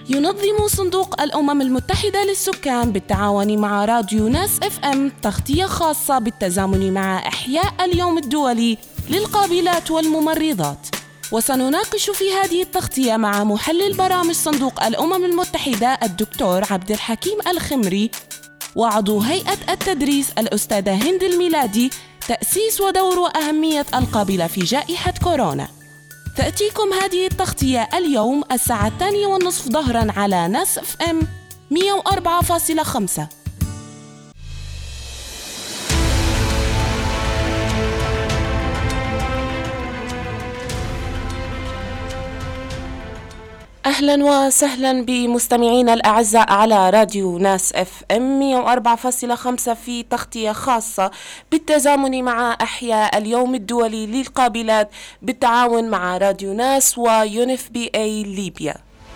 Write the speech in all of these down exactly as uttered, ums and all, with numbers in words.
ينظم صندوق الأمم المتحدة للسكان بالتعاون مع راديو ناس اف ام تغطية خاصة بالتزامن مع إحياء اليوم الدولي للقابلات والممرضات. وسنناقش في هذه التغطية مع محلل برامج صندوق الأمم المتحدة الدكتور عبد الحكيم الخمري وعضو هيئة التدريس الأستاذة هند الميلادي تأسيس ودور وأهمية القابلة في جائحة كورونا. تأتيكم هذه التغطية اليوم الساعة الثانية والنصف ظهراً على ناس اف ام مئة وأربعة فاصلة خمسة. أهلاً وسهلاً بمستمعينا الأعزاء على راديو ناس اف ام مئة وأربعة فاصلة خمسة في تغطية خاصة بالتزامن مع إحياء اليوم الدولي للقابلات بالتعاون مع راديو ناس ويونف بي اي ليبيا.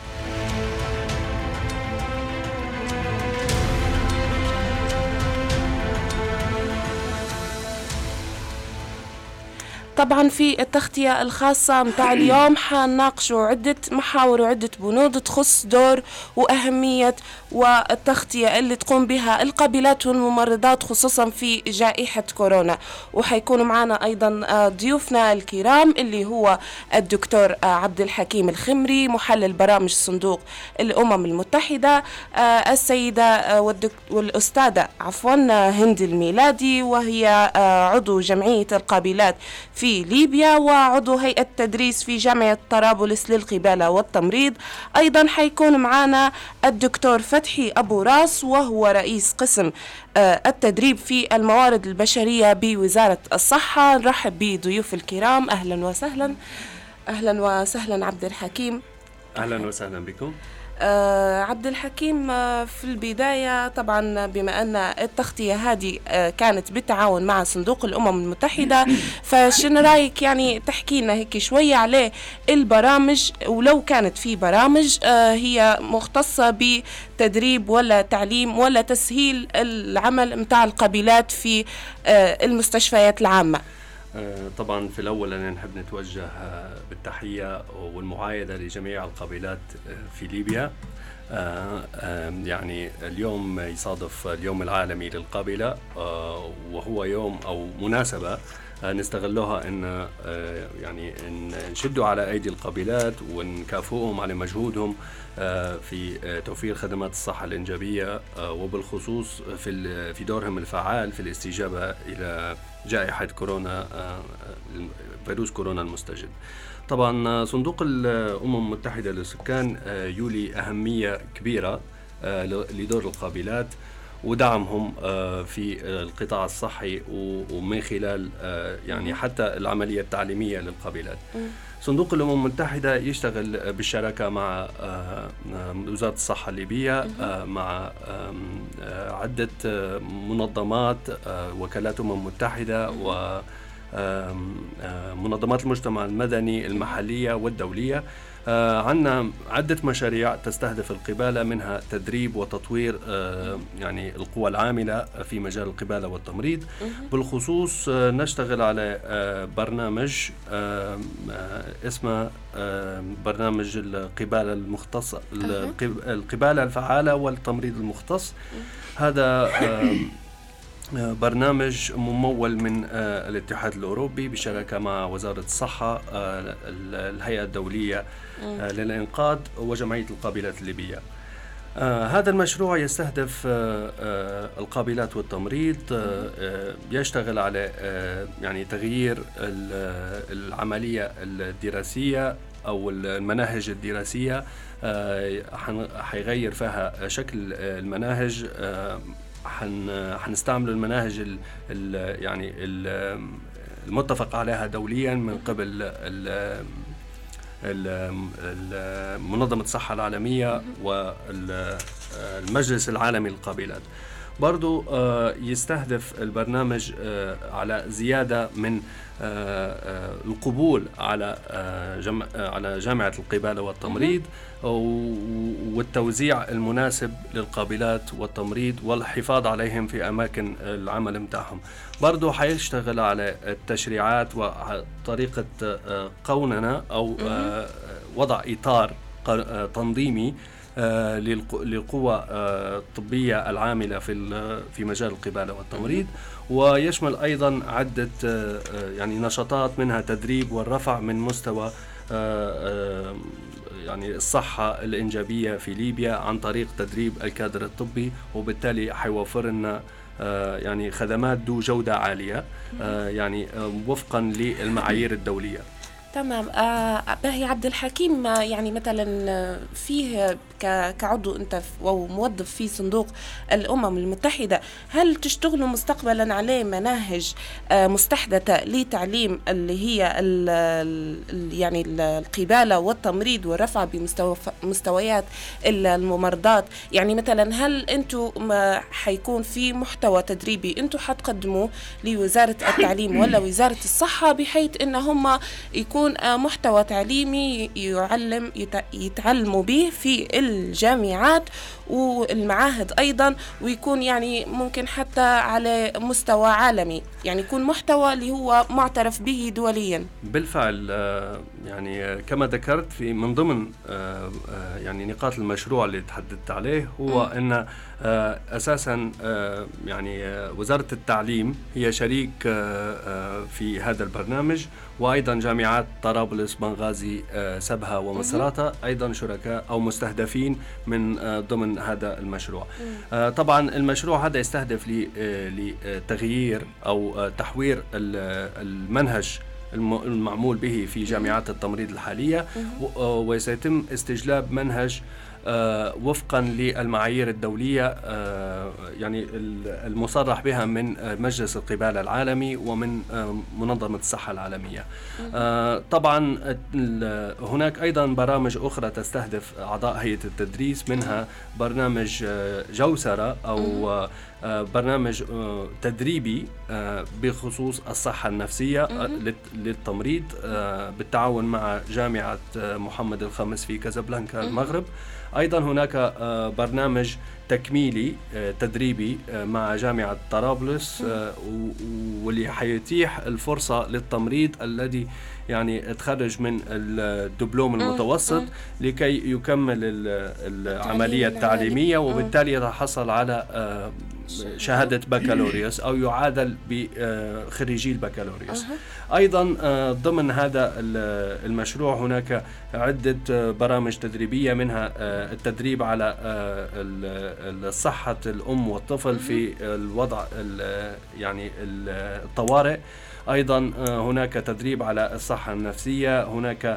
طبعا في التغطية الخاصة متاع اليوم حنناقشوا عدة محاور وعدة بنود تخص دور وأهمية والتغطية اللي تقوم بها القابلات والممرضات خصوصا في جائحة كورونا. وحيكون معنا أيضا ضيوفنا الكرام اللي هو الدكتور عبد الحكيم الخمري محلل برامج صندوق الأمم المتحدة، السيدة والأستاذة عفوا هند الميلادي وهي عضو جمعية القابلات في ليبيا وعضو هيئة التدريس في جامعة طرابلس للقبالة والتمريض. أيضا حيكون معنا الدكتور فتحي أبو راس وهو رئيس قسم التدريب في الموارد البشرية بوزارة الصحة. نرحب بضيوف الكرام، أهلا وسهلا. أهلا وسهلا عبد الحكيم. أهلا وسهلا بكم. آه عبد الحكيم، آه في البداية طبعا بما أن التغطية هذه آه كانت بالتعاون مع صندوق الأمم المتحدة، فشن رأيك يعني تحكي لنا هيك شوية عليه البرامج، ولو كانت في برامج آه هي مختصة بتدريب ولا تعليم ولا تسهيل العمل متاع القابلات في آه المستشفيات العامة؟ طبعا في الأول أنا نحب نتوجه بالتحية والمعايدة لجميع القابلات في ليبيا. يعني اليوم يصادف اليوم العالمي للقابلة، وهو يوم أو مناسبة نستغلها إن يعني نشدوا على أيدي القابلات ونكافئهم على مجهودهم في توفير خدمات الصحة الإنجابية، وبالخصوص في في دورهم الفعال في الاستجابة إلى جائحة كورونا، فيروس كورونا المستجد. طبعا صندوق الأمم المتحدة للسكان يولي أهمية كبيرة لدور القابلات ودعمهم في القطاع الصحي ومن خلال يعني حتى العملية التعليمية للقابلات. صندوق الأمم المتحدة يشتغل بالشراكة مع وزارة الصحة الليبية، مع عدة منظمات، وكالات أمم متحدة ومنظمات المجتمع المدني المحلية والدولية. آه عندنا عدة مشاريع تستهدف القبالة، منها تدريب وتطوير آه يعني القوى العاملة في مجال القبالة والتمريض. بالخصوص آه نشتغل على آه برنامج آه آه اسمه آه برنامج القبالة المختصة، القبالة الفعالة والتمريض المختص. هذا آه برنامج ممول من آه الاتحاد الأوروبي بشراكة مع وزارة الصحة، آه الهيئة الدولية آه للإنقاذ وجمعية القابلات الليبية. آه هذا المشروع يستهدف آه آه القابلات والتمريض، آه آه يشتغل على آه يعني تغيير العملية الدراسية أو المناهج الدراسية، آه حيغير فيها شكل المناهج. آه حن حنستعمل المناهج ال ال يعني ال المتفق عليها دوليا من قبل ال منظمة الصحة العالمية والمجلس العالمي للقابلات. برضو يستهدف البرنامج على زيادة من القبول على على جامعة القبالة والتمريض والتوزيع المناسب للقابلات والتمريض والحفاظ عليهم في أماكن العمل متاعهم. برضو حيشتغل على التشريعات وطريقة قوننا أو وضع إطار تنظيمي للقوى الطبية العاملة في في مجال القبالة والتمريض، ويشمل أيضا عدة يعني نشاطات، منها تدريب والرفع من مستوى يعني الصحة الإنجابية في ليبيا عن طريق تدريب الكادر الطبي، وبالتالي حيوفر لنا يعني خدمات ذو جودة عالية يعني وفقا للمعايير الدولية. تمام. آه باهي عبد الحكيم، يعني مثلا فيه كعضو انت او موظف في صندوق الامم المتحده، هل تشتغلوا مستقبلا على مناهج آه مستحدثه لتعليم اللي هي ال ال يعني القباله والتمريض والرفع بمستويات الممرضات؟ يعني مثلا هل انتم حيكون في محتوى تدريبي انتم حتقدموه لوزاره التعليم ولا وزاره الصحه، بحيث ان هم يكون محتوى تعليمي يعلم يتعلموا به في الجامعات والمعاهد أيضا، ويكون يعني ممكن حتى على مستوى عالمي، يعني يكون محتوى اللي هو معترف به دوليا؟ بالفعل، يعني كما ذكرت في من ضمن يعني نقاط المشروع اللي تحدثت عليه هو م. أن أساسا يعني وزارة التعليم هي شريك في هذا البرنامج، وأيضا جامعات طرابلس، بنغازي، سبها ومصراتة أيضا شركاء أو مستهدفين من ضمن هذا المشروع. طبعا المشروع هذا يستهدف لتغيير أو تحوير المنهج المعمول به في جامعات التمريض الحالية، وسيتم استجلاب منهج آه وفقا للمعايير الدولية آه يعني المصرح بها من مجلس القبالة العالمي ومن آه منظمة الصحة العالمية. آه طبعا هناك أيضا برامج أخرى تستهدف أعضاء هيئة التدريس، منها برنامج آه جوسرة أو آه برنامج آه تدريبي آه بخصوص الصحة النفسية آه للتمريض آه بالتعاون مع جامعة آه محمد الخامس في كازابلانكا المغرب. أيضا هناك برنامج تكميلي تدريبي مع جامعة طرابلس، واللي حيتيح الفرصة للتمريض الذي يعني تخرج من الدبلوم المتوسط لكي يكمل العملية التعليمية، وبالتالي يتحصل على شهادة بكالوريوس أو يعادل بخريجي البكالوريوس. أيضا ضمن هذا المشروع هناك عدة برامج تدريبية، منها التدريب على صحة الأم والطفل في الوضع يعني الطوارئ. أيضا هناك تدريب على الصحة النفسية، هناك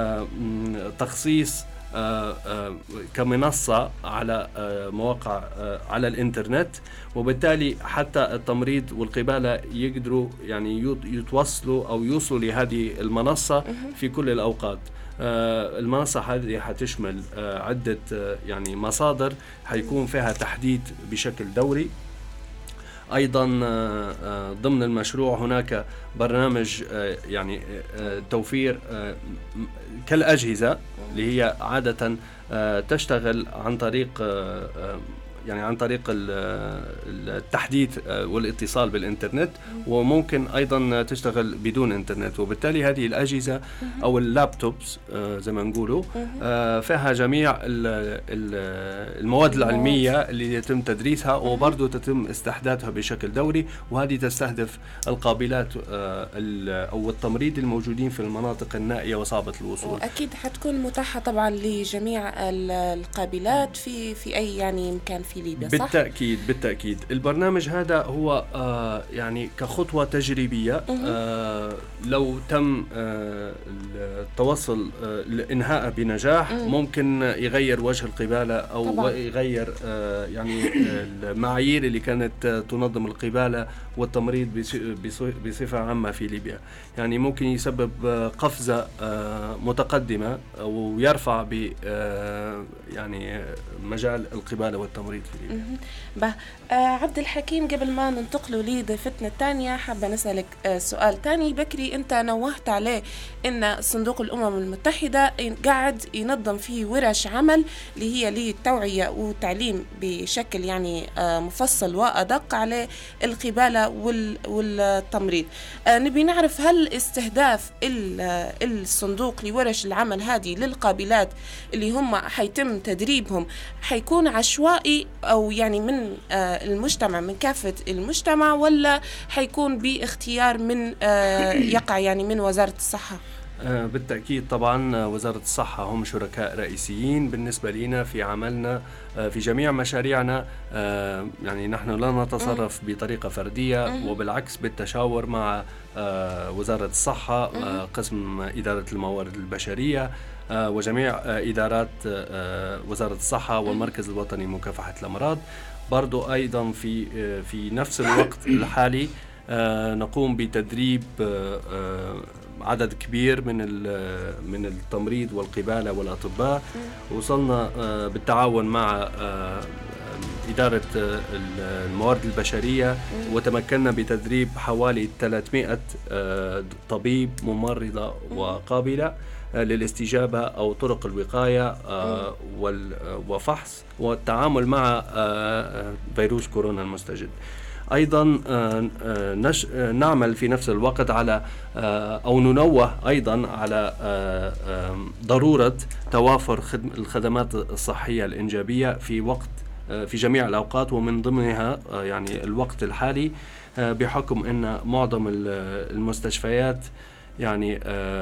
تخصيص كمنصة على مواقع على الإنترنت، وبالتالي حتى التمريض والقبالة يقدروا يعني يتوصلوا أو يوصلوا لهذه المنصة في كل الأوقات. المنصة هذه حتشمل عدة يعني مصادر حيكون فيها تحديث بشكل دوري. أيضا ضمن المشروع هناك برنامج يعني توفير كالأجهزة اللي هي عادة تشتغل عن طريق يعني عن طريق التحديث والاتصال بالإنترنت، وممكن أيضا تشتغل بدون إنترنت. وبالتالي هذه الأجهزة أو اللابتوبس زي ما نقولوا فيها جميع المواد العلمية اللي يتم تدريسها، وبرضو تتم استحداثها بشكل دوري، وهذه تستهدف القابلات أو التمريض الموجودين في المناطق النائية وصعبة الوصول. أكيد حتكون متاحة طبعا لجميع القابلات في في أي يعني مكان في ليبيا، صح؟ بالتأكيد بالتأكيد. البرنامج هذا هو آه يعني كخطوة تجريبية، آه لو تم آه التوصل آه لإنهاء بنجاح ممكن يغير وجه القبالة أو طبعا. يغير آه يعني المعايير اللي كانت تنظم القبالة والتمريض بصفة عامة في ليبيا. يعني ممكن يسبب قفزة آه متقدمة ويرفع ب آه يعني مجال القبالة والتمريض. التمريض في ليبيا. به آه عبد الحكيم، قبل ما ننتقلوا لضيفتنا الثانية حابة نسألك آه سؤال تاني. بكري أنت نوهت عليه إن صندوق الأمم المتحدة قاعد ينظم فيه ورش عمل اللي هي للتوعية والتعليم بشكل يعني آه مفصل وأدق على القبالة والتمريض. آه نبي نعرف هل استهداف الصندوق لورش العمل هذه للقابلات اللي هم حيتم تدريبهم حيكون عشوائي أو يعني من آه المجتمع، من كافة المجتمع، ولا حيكون باختيار من آه يقع يعني من وزارة الصحة؟ آه بالتأكيد طبعا وزارة الصحة هم شركاء رئيسيين بالنسبة لنا في عملنا آه في جميع مشاريعنا. آه يعني نحن لا نتصرف بطريقة فردية، وبالعكس بالتشاور مع آه وزارة الصحة، آه قسم إدارة الموارد البشرية، آه وجميع آه إدارات آه وزارة الصحة والمركز الوطني لمكافحة الأمراض. برضو أيضا في آه في نفس الوقت الحالي آه نقوم بتدريب آه آه عدد كبير من من التمريض والقبالة والأطباء. وصلنا آه بالتعاون مع آه إدارة الموارد البشرية، وتمكنا بتدريب حوالي ثلاثمائة طبيب ممرضة وقابلة للاستجابة أو طرق الوقاية وفحص والتعامل مع فيروس كورونا المستجد. أيضا نعمل في نفس الوقت على أو ننوه أيضا على ضرورة توافر الخدمات الصحية الإنجابية في وقت في جميع الأوقات، ومن ضمنها يعني الوقت الحالي، بحكم أن معظم المستشفيات يعني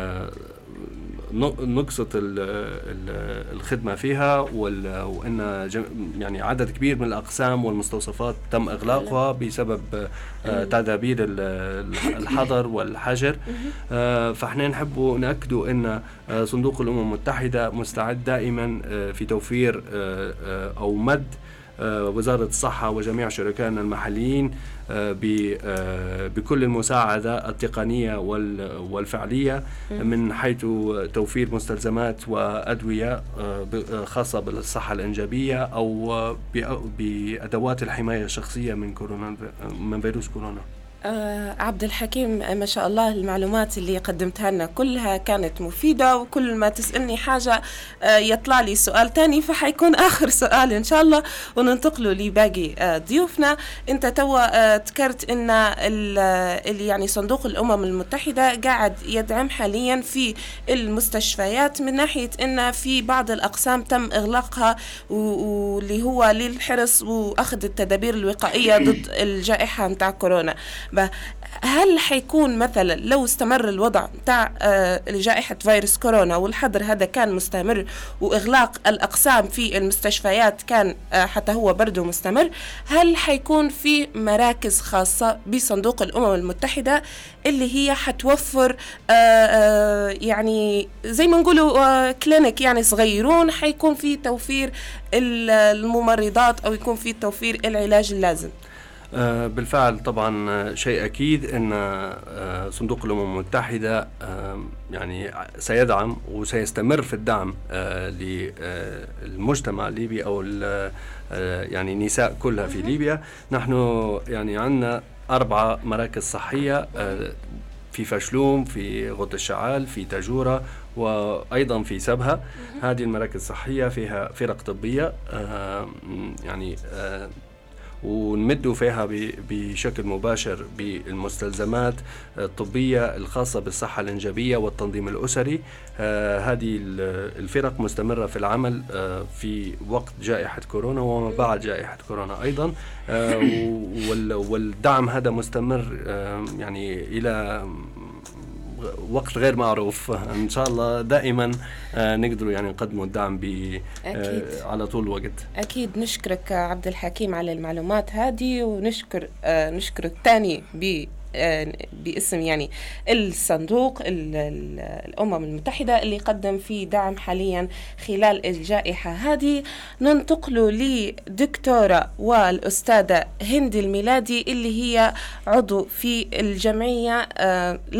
نقصت الخدمة فيها، وأن يعني عدد كبير من الأقسام والمستوصفات تم إغلاقها بسبب تدابير الحظر والحجر. فإحنا نحب نأكدوا أن صندوق الأمم المتحدة مستعد دائما في توفير أو مد وزارة الصحة وجميع شركائنا المحليين بكل المساعدة التقنية والفعلية من حيث توفير مستلزمات وأدوية خاصة بالصحة الإنجابية أو بأدوات الحماية الشخصية من كورونا من فيروس كورونا. آه عبد الحكيم، ما شاء الله المعلومات اللي قدمتها لنا كلها كانت مفيدة، وكل ما تسألني حاجة آه يطلع لي سؤال تاني، فحيكون آخر سؤال إن شاء الله وننتقله لباقي آه ضيوفنا. أنت توا آه تكرت إن اللي يعني صندوق الأمم المتحدة قاعد يدعم حاليا في المستشفيات من ناحية إن في بعض الأقسام تم إغلاقها، واللي هو للحرص وأخذ التدابير الوقائية ضد الجائحة متاع كورونا. هل حيكون مثلا لو استمر الوضع تاع جائحة فيروس كورونا والحظر هذا كان مستمر وإغلاق الأقسام في المستشفيات كان حتى هو برضو مستمر، هل حيكون في مراكز خاصة بصندوق الأمم المتحدة اللي هي حتوفر يعني زي ما نقولوا كلينيك يعني صغيرون، حيكون في توفير الممرضات أو يكون في توفير العلاج اللازم؟ بالفعل طبعا شيء أكيد أن صندوق الأمم المتحدة يعني سيدعم وسيستمر في الدعم للمجتمع الليبي أو يعني نساء كلها في ليبيا. نحن يعني عندنا أربعة مراكز صحية في فشلوم، في غوط الشعال، في تاجورة، وأيضا في سبها. هذه المراكز الصحية فيها فرق طبية يعني ونمدوا فيها بشكل مباشر بالمستلزمات الطبية الخاصة بالصحة الإنجابية والتنظيم الأسري. آه هذه الفرق مستمرة في العمل آه في وقت جائحة كورونا وما بعد جائحة كورونا أيضا. آه والدعم هذا مستمر آه يعني إلى وقت غير معروف. إن شاء الله دائما آه نقدروا يعني نقدموا الدعم ب آه على طول الوقت. أكيد. نشكرك عبد الحكيم على المعلومات هذه، ونشكر آه نشكرك تاني ب باسم يعني الصندوق الأمم المتحدة اللي قدم فيه دعم حاليا خلال الجائحة هذه. ننتقل لدكتورة والأستاذة هند الميلادي اللي هي عضو في الجمعية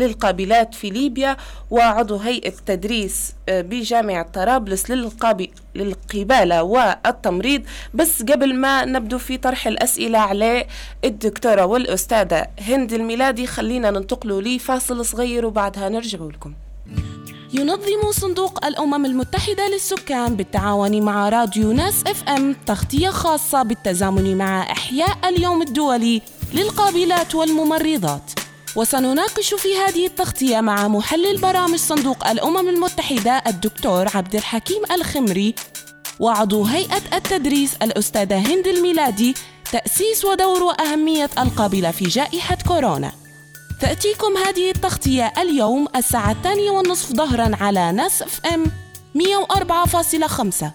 للقابلات في ليبيا وعضو هيئة تدريس بجامعة طرابلس للقبالة والتمريض. بس قبل ما نبدو في طرح الأسئلة على الدكتورة والأستاذة هند الميلادي، خلينا ننتقلوا لي فاصل صغير وبعدها نرجعوا لكم. ينظم صندوق الأمم المتحدة للسكان بالتعاون مع راديو ناس اف ام تغطية خاصة بالتزامن مع إحياء اليوم الدولي للقابلات والممرضات، وسنناقش في هذه التغطية مع محلل برامج صندوق الأمم المتحدة الدكتور عبد الحكيم الخمري وعضو هيئة التدريس الأستاذة هند الميلادي تأسيس ودور وأهمية القابلة في جائحة كورونا. تأتيكم هذه التغطية اليوم الساعة الثانية والنصف ظهرا على ناس اف ام مئة وأربعة فاصلة خمسة.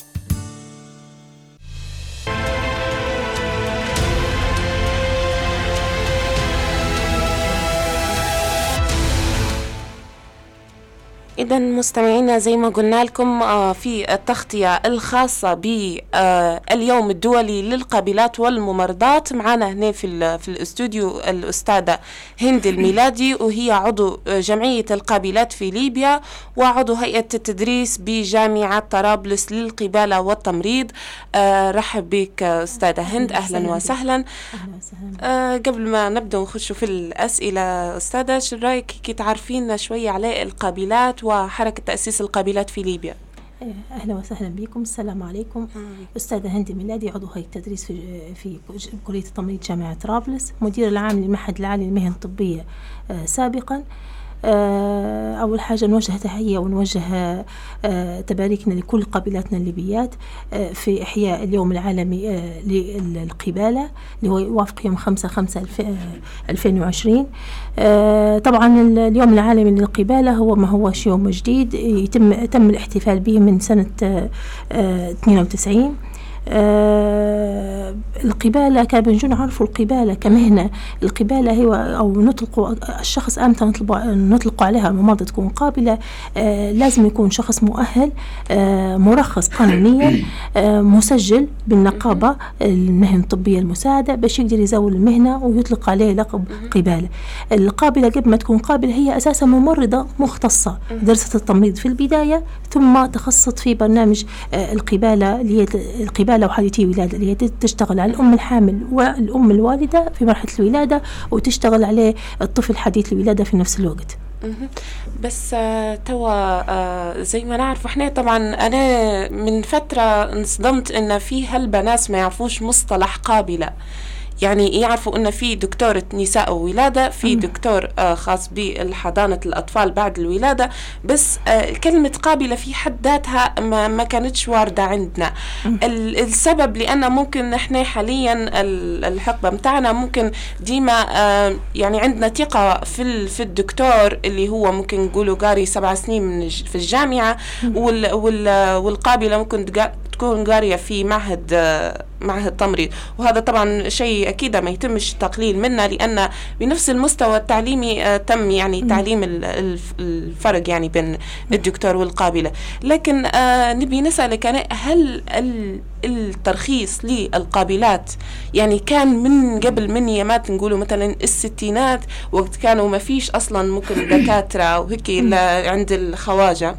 إذا مستمعينا، زي ما قلنا لكم في التغطية الخاصة باليوم الدولي للقابلات والممرضات، معنا هنا في في الاستوديو الأستاذة هند الميلادي، وهي عضو جمعية القابلات في ليبيا وعضو هيئة التدريس بجامعة طرابلس للقبالة والتمريض. رحب بك أستاذة هند، أهلا وسهلا. أه قبل ما نبدأ نخش في الأسئلة، أستاذة شو رأيك كي تعرفينا شوية على القابلات وحركة تأسيس القابلات في ليبيا؟ أهلا وسهلا بكم. السلام عليكم. أستاذة هند الميلادي، عضو هيئة التدريس في في كلية التمريض جامعة طرابلس، مدير العام للمعهد العالي للمهن الطبية سابقا. أول حاجة نوجه تحية ونوجه تباريكنا لكل قابلاتنا الليبيات في إحياء اليوم العالمي للقبالة اللي هو يوافق يوم خمسة خمسة ألفين وعشرين. طبعا اليوم العالمي للقبالة هو ما هوش يوم جديد، يتم تم الاحتفال به من سنة اثنين وتسعين. آه القبالة كان بنجون عرفوا القبالة كمهنة. القبالة هي أو نطلق الشخص أمتى نطلق, نطلق عليها الممرضة تكون قابلة، آه لازم يكون شخص مؤهل، آه مرخص قانونيا، آه مسجل بالنقابة المهن الطبية المساعدة باش يقدر يزاول المهنة ويطلق عليه لقب قبالة. القابلة قبل ما تكون قابلة هي أساسا ممرضة مختصة، درست التمريض في البداية ثم تخصصت في برنامج آه القبالة اللي هي القبالة وحالتي ولادة، اللي هي تشتغل على الأم الحامل والأم الوالدة في مرحلة الولادة، وتشتغل عليه الطفل حديث الولادة في نفس الوقت. بس آه توا آه زي ما نعرف احنا، طبعا أنا من فترة انصدمت إن في هالبنات ما يعرفوش مصطلح قابلة. يعني يعرفوا أن في دكتورة نساء وولادة، في دكتور آه خاص بالحضانة الأطفال بعد الولادة، بس آه كلمة قابلة في حد ذاتها ما, ما كانتش واردة عندنا. السبب لأن ممكن نحن حاليا الحقبة متاعنا ممكن ديما آه يعني عندنا ثقة في في الدكتور اللي هو ممكن نقوله قاري سبع سنين من في الجامعة، وال وال والقابلة ممكن تكون قارية في معهد آه معهد تمريض. وهذا طبعا شيء أكيد ما يتمش تقليل منه، لأن بنفس المستوى التعليمي آه تم يعني تعليم الفرق يعني بين الدكتور والقابلة. لكن آه نبي نسألك أنا، هل الترخيص للقابلات يعني كان من قبل من يامات نقولوا مثلا الستينات، وقت كانوا ما فيش أصلا ممكن دكاترة وهيك عند الخواجة،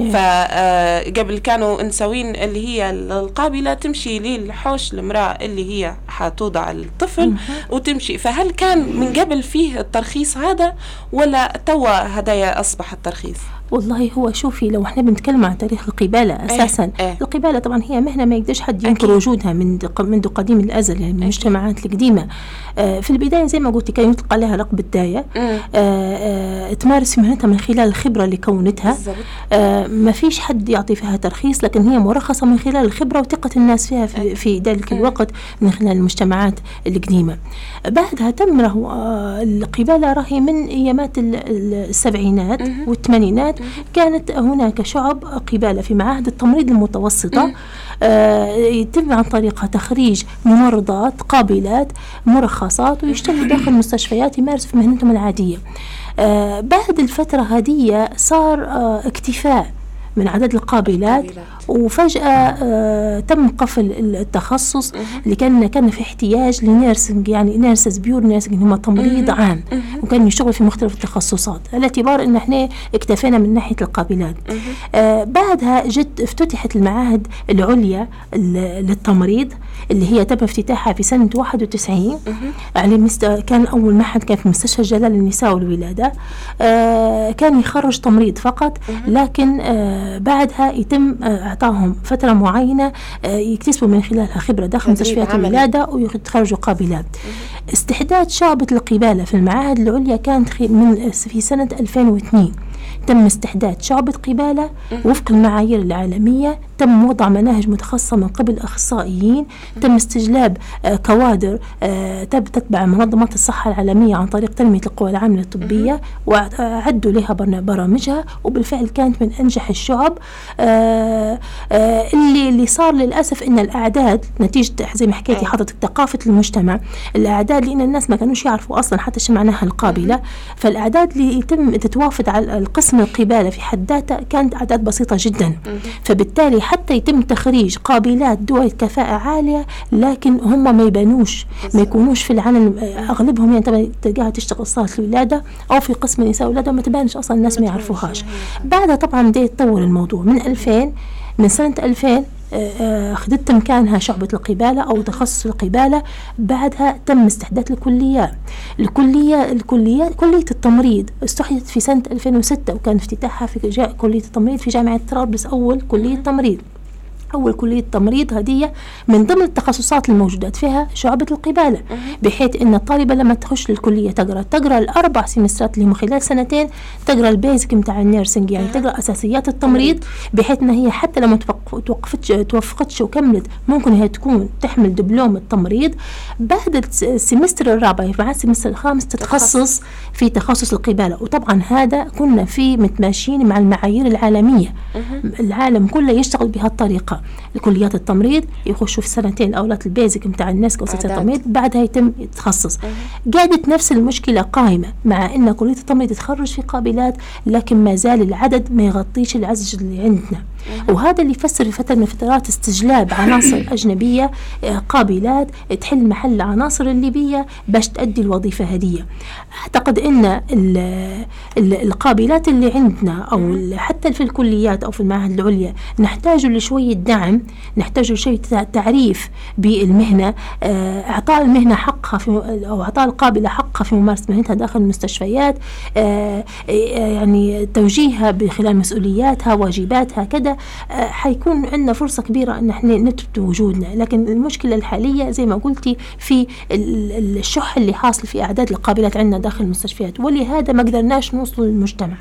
فقبل كانوا نسوين اللي هي القابلة تمشي للحوش المرأة اللي هي حتوضع الطفل وتمشي. فهل كان من قبل فيه الترخيص هذا ولا توا هدايا أصبح الترخيص؟ والله هو شوفي، لو احنا بنتكلم عن تاريخ القبالة أساسا اه اه. القبالة طبعا هي مهنة ما يقدرش حد ينكر وجودها من منذ قديم الأزل، يعني من المجتمعات القديمة. آه في البداية زي ما قلت كان يطلق عليها لقب الداية. آه آه تمارس في مهنتها من خلال الخبرة اللي كونتها. آه ما فيش حد يعطي فيها ترخيص، لكن هي مرخصة من خلال الخبرة وثقة الناس فيها في, في ذلك الوقت من خلال المجتمعات القديمة. بعدها تم له آه القبالة راهي من أيامات السبعينات والثمانينات. كانت هناك شعب قبالة في معاهد التمريض المتوسطة آه يتم عن طريقها تخريج ممرضات قابلات مرخصات ويشتغلوا داخل المستشفيات يمارسوا في مهنتهم العادية. آه بعد الفترة هذه صار آه اكتفاء من عدد القابلات، وفجأة آه تم قفل التخصص اللي كان كان في احتياج لنيرسنج، يعني نيرسز بيور نيرسنج هم تمريض عام، وكان يشتغل في مختلف التخصصات، على اعتبار ان احنا اكتفينا من ناحية القابلات. آه بعدها جد افتتحت المعاهد العليا للتمريض اللي هي تم افتتاحها في سنة واحد وتسعين. يعني مست... كان أول معهد كان في مستشفى جلال للنساء والولادة، آه كان يخرج تمريض فقط، لكن آه بعدها يتم آه إعطاهم فترة معينة آه يكتسبوا من خلالها خبرة داخل مستشفيات الولادة ويتخرجوا قابلات. استحداث شعبة القبالة في المعاهد العليا كانت من في سنة ألفين واثنين. تم استحداث شعبة قبالة وفق المعايير العالمية، تم وضع مناهج متخصصة من قبل أخصائيين، تم استجلاب آه كوادر آه تتبع منظمات الصحة العالمية عن طريق تنمية القوى العاملة الطبية، وعدوا لها برامجها، وبالفعل كانت من أنجح الشعب. آه آه اللي اللي صار للأسف إن الأعداد نتيجة زي ما حكيتي حضرتك ثقافة المجتمع، الأعداد لأن الناس ما كانوش يعرفوا أصلا حتى شو معناها القابلة، فالأعداد اللي يتم تتوافد على القسم القبالة في حد ذاتها كانت أعداد بسيطة جدا، فبالتالي حتى يتم تخريج قابلات ذوي كفاءة عالية لكن هم ما يبانوش ما يكونوش في العالم. أغلبهم يعني طبعا تلقاها تشتغل صالة الولادة أو في قسم النساء والولادة ما تبانش أصلا، الناس ما يعرفوهاش. بعدها طبعا بدأ يتطور الموضوع من ألفين، من سنة ألفين أخذت مكانها شعبة القبالة أو تخصص القبالة. بعدها تم استحداث الكليات الكلية الكلية كلية التمريض استحدثت في سنة ألفين وستة، وكان افتتاحها في كلية التمريض في جامعة طرابلس، أول كلية تمريض أول كلية تمريض هدية من ضمن التخصصات الموجودات فيها شعبة القبالة، بحيث أن الطالبة لما تخش للكلية تقرأ تقرأ الأربع سيمسترات اللي هم خلال سنتين، تقرأ البيزك متاع النيرسينج، يعني تقرأ أساسيات التمريض، بحيث أن هي حتى لما توقفتش توفقتش وكملت ممكن هي تكون تحمل دبلوم التمريض. بعد السيمستر الرابع مع السيمستر الخامس تتخصص في تخصص القبالة. وطبعا هذا كنا فيه متماشيين مع المعايير العالمية، العالم كله يشتغل بهالطريقة. الكليات التمريض يخشوا في سنتين الأولاد البيزك متاع النسك وسنة التمريض، بعدها يتم يتخصص. قاعدت نفس المشكلة قائمة، مع أن كلية التمريض تتخرج في قابلات لكن ما زال العدد ما يغطيش العجز اللي عندنا، وهذا اللي يفسر فترة من فترات استجلاب عناصر أجنبية قابلات تحل محل عناصر الليبية باش تؤدي الوظيفة هدية. أعتقد أن القابلات اللي عندنا أو حتى في الكليات أو في المعاهد العليا نحتاج لشوية دعم، نحتاج لشوية تعريف بالمهنة، إعطاء المهنة حقها في أو إعطاء القابلة حقها في ممارسة مهنتها داخل المستشفيات، يعني توجيهها بخلال مسؤولياتها واجباتها كذا. حيكون عندنا فرصة كبيرة أن احنا نثبت وجودنا. لكن المشكلة الحالية زي ما قلتي في الشح اللي حاصل في أعداد القابلات عندنا داخل المستشفيات، ولهذا ما قدرناش نوصل للمجتمع.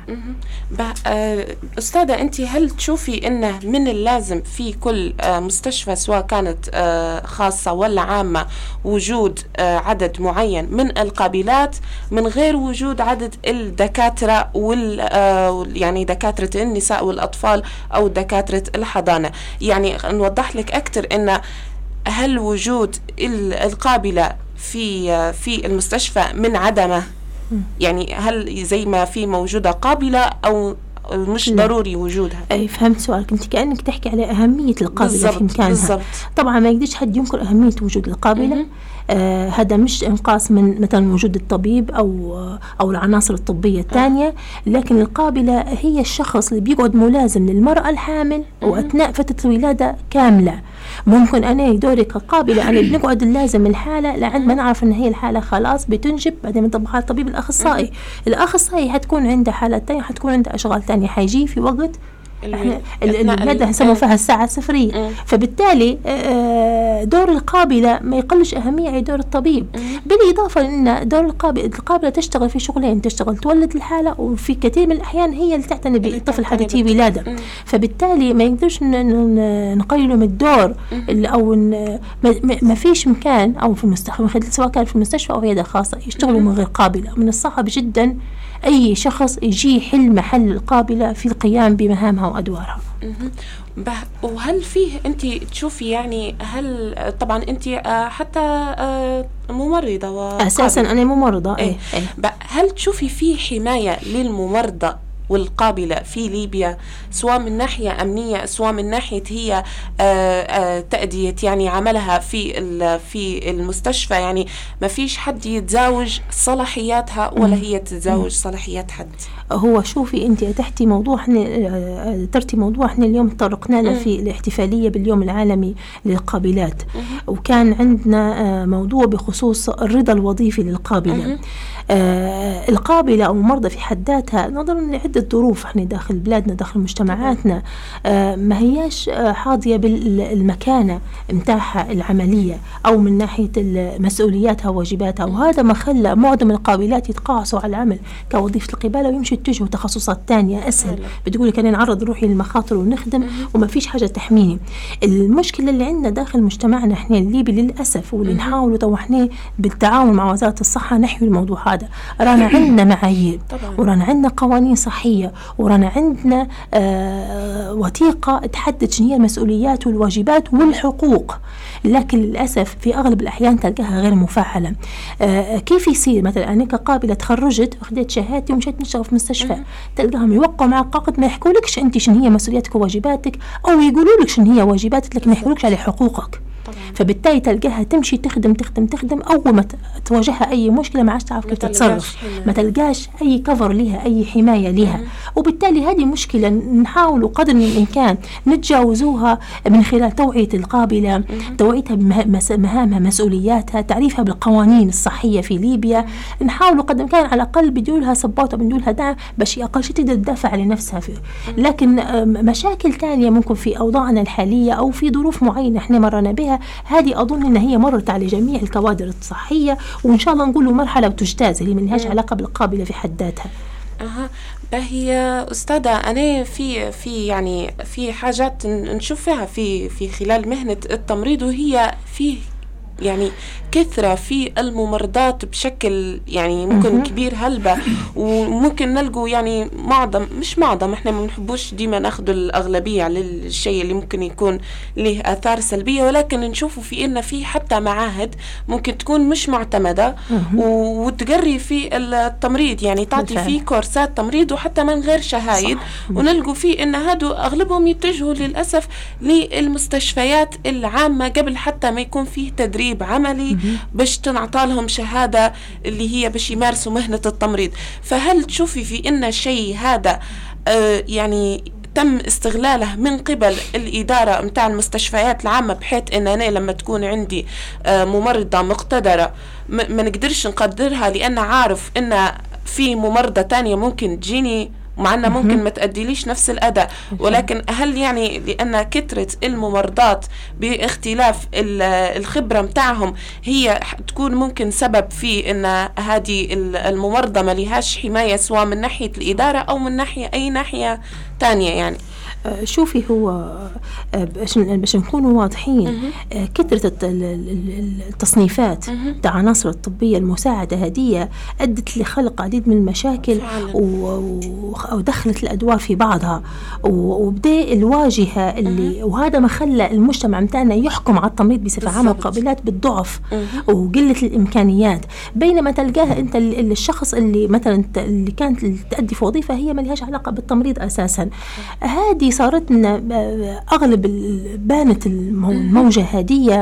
أستاذة، أنت هل تشوفي أنه من اللازم في كل مستشفى سواء كانت خاصة ولا عامة وجود عدد معين من القابلات من غير وجود عدد الدكاترة وال يعني دكاترة النساء والأطفال أو دكاترة الحضانة؟ يعني نوضح لك أكثر أن هل وجود القابلة في في المستشفى من عدمه، يعني هل زي ما في موجودة قابلة أو مش لا. ضروري وجودها؟ أي فهمت سؤالك، أنت كأنك تحكي على أهمية القابلة في مكانها. بالزبط. طبعا ما يقدرش حد ينكر أهمية وجود القابلة. آه هذا مش إنقاص من مثلا وجود الطبيب أو أو العناصر الطبية الثانية، لكن القابلة هي الشخص اللي بيقعد ملازم للمرأة الحامل وأثناء فترة الولادة كاملة. ممكن أنا دوري كقابلة أنا بنقعد اللازم الحالة لعند ما نعرف أن هي الحالة خلاص بتنجب، بعدين بنطبقها الطبيب الأخصائي. الأخصائي هتكون عنده حالات تانية، هتكون عنده أشغال تانية، حيجي في وقت الولادة هنسموا فيها الساعة الصفرية. فبالتالي دور القابلة ما يقلش أهمية عن دور الطبيب. بالإضافة لأن دور القابلة القابلة تشتغل في شغلين، تشتغل تولد الحالة وفي كثير من الأحيان هي اللي تعتني بالطفل حديثي ولادة. فبالتالي ما يقدرش نقللوا من الدور أو ما فيش مكان أو في المستشفى سواء كان في المستشفى أو عيادة خاصة يشتغلوا من غير قابلة. من الصعب جدا أي شخص يجي يحل محل القابلة في القيام بمهامها وأدوارها. وهل فيه أنت تشوفي يعني هل طبعا أنت حتى ممرضة أساسا أنا ممرضة إيه. إيه. هل تشوفي فيه حماية للممرضة والقابلة في ليبيا، سواء من ناحية أمنية سواء من ناحية هي تأدية يعني عملها في في المستشفى. يعني ما فيش حد يتزاوج صلاحياتها ولا هي تتزاوج صلاحيات حد. هو شوفي انت تحتي موضوع احنا ترتي موضوع احنا اليوم تطرقنا له في الاحتفاليه باليوم العالمي للقابلات، وكان عندنا موضوع بخصوص الرضا الوظيفي للقابله. آه القابله او المرضى في حد ذاتها نظرا لعده ظروف احنا داخل بلادنا داخل مجتمعاتنا آه ما هياش آه حاضيه بالمكانه متاعها العمليه او من ناحيه مسؤولياتها وواجباتها، وهذا ما خلى معظم القابلات يتقاعسوا على العمل كوظيفه القباله ويمشوا يتجهوا تخصصات تانية اسهل. بتقولي كان نعرض روحي للمخاطر ونخدم وما فيش حاجه تحميني. المشكله اللي عندنا داخل مجتمعنا احنا الليبي للاسف، واللي نحاولوا تو احنا بالتعاون مع وزاره الصحه نحيي الموضوع هذا. رانا عندنا معايير ورانا عندنا قوانين صحيه ورانا عندنا آه وثيقه تحدد شنو هي المسؤوليات والواجبات والحقوق، لكن للاسف في اغلب الاحيان تلقاها غير مفعله. آه كيف يصير مثلا انا كقابله تخرجت واخذت شهادتي ومشيت نشتغل في مستشفى، تلقاهم يوقعوا مع قاعد ما يحكولكش انت شنو هي مسؤولياتك وواجباتك، او يقولوا لك شنو هي واجباتك لكن ما يحكولكش على حقوقك. فبالتالي تلقاها تمشي تخدم تخدم تخدم اول ما تواجهها اي مشكله ما عادش تعرف كيف تتصرف، ما تلقاش اي كفر لها اي حمايه لها. وبالتالي هذه مشكله نحاول قدر الامكان نتجاوزوها من خلال توعيه القابله، توعيتها بمهامها مسؤولياتها، تعريفها بالقوانين الصحيه في ليبيا. نحاول قدر الامكان على الاقل بدون لها سبورت بدون لها دعم باش اقل شيء تقدر تدافع عن نفسها فيه. لكن مشاكل ثانيه ممكن في اوضاعنا الحاليه او في ظروف معينه احنا مرنا بها، هذه أظن أن هي مرت على جميع الكوادر الصحية، وإن شاء الله نقول مرحلة وتجتاز اللي منهاش علاقة بالقابلة في حد ذاتها. أها هي أستاذة أنا في في يعني في حاجات نشوف فيها في في خلال مهنة التمريض، وهي في يعني كثرة في الممرضات بشكل يعني ممكن كبير هلبة، وممكن نلقوا يعني معظم مش معظم احنا ما بنحبوش ديما ناخذ الأغلبية على الشيء اللي ممكن يكون له آثار سلبية، ولكن نشوفوا في إن في حتى معاهد ممكن تكون مش معتمدة وتقري في التمريض، يعني تعطي فيه كورسات تمريض وحتى من غير شهايد، ونلقوا فيه إن هادو أغلبهم يتجهوا للأسف للمستشفيات العامة قبل حتى ما يكون فيه تدريب عملي باش تنعطى لهم شهادة اللي هي باش يمارسوا مهنة التمريض. فهل تشوفي في إن الشيء هذا آه يعني تم استغلاله من قبل الإدارة متاع المستشفيات العامة، بحيث إن أنا لما تكون عندي آه ممرضة مقتدرة ما نقدرش نقدرها لأن عارف إن في ممرضة تانية ممكن تجيني معنا ممكن ما تأديليش نفس الأداء، ولكن هل يعني لأن كثرة الممرضات باختلاف الخبرة متاعهم هي تكون ممكن سبب في أن هذه الممرضة ما لهاش حماية سواء من ناحية الإدارة أو من ناحية أي ناحية تانية؟ يعني شوفي هو باش نكونوا واضحين، كثرة التصنيفات تاع عناصر الطبية المساعدة هذه أدت لخلق عديد من المشاكل ودخلت الأدوار في بعضها، وبدأ الواجهة اللي وهذا ما خلى المجتمع متاعنا يحكم على التمريض بصفة عامة وقابلات بالضعف وقلة الإمكانيات، بينما تلقاها أنت الشخص اللي مثلا اللي كانت تأدي في وظيفة هي ما لهاش علاقة بالتمريض أساسا. هذه صارت لنا أغلب بانت الموجة هذه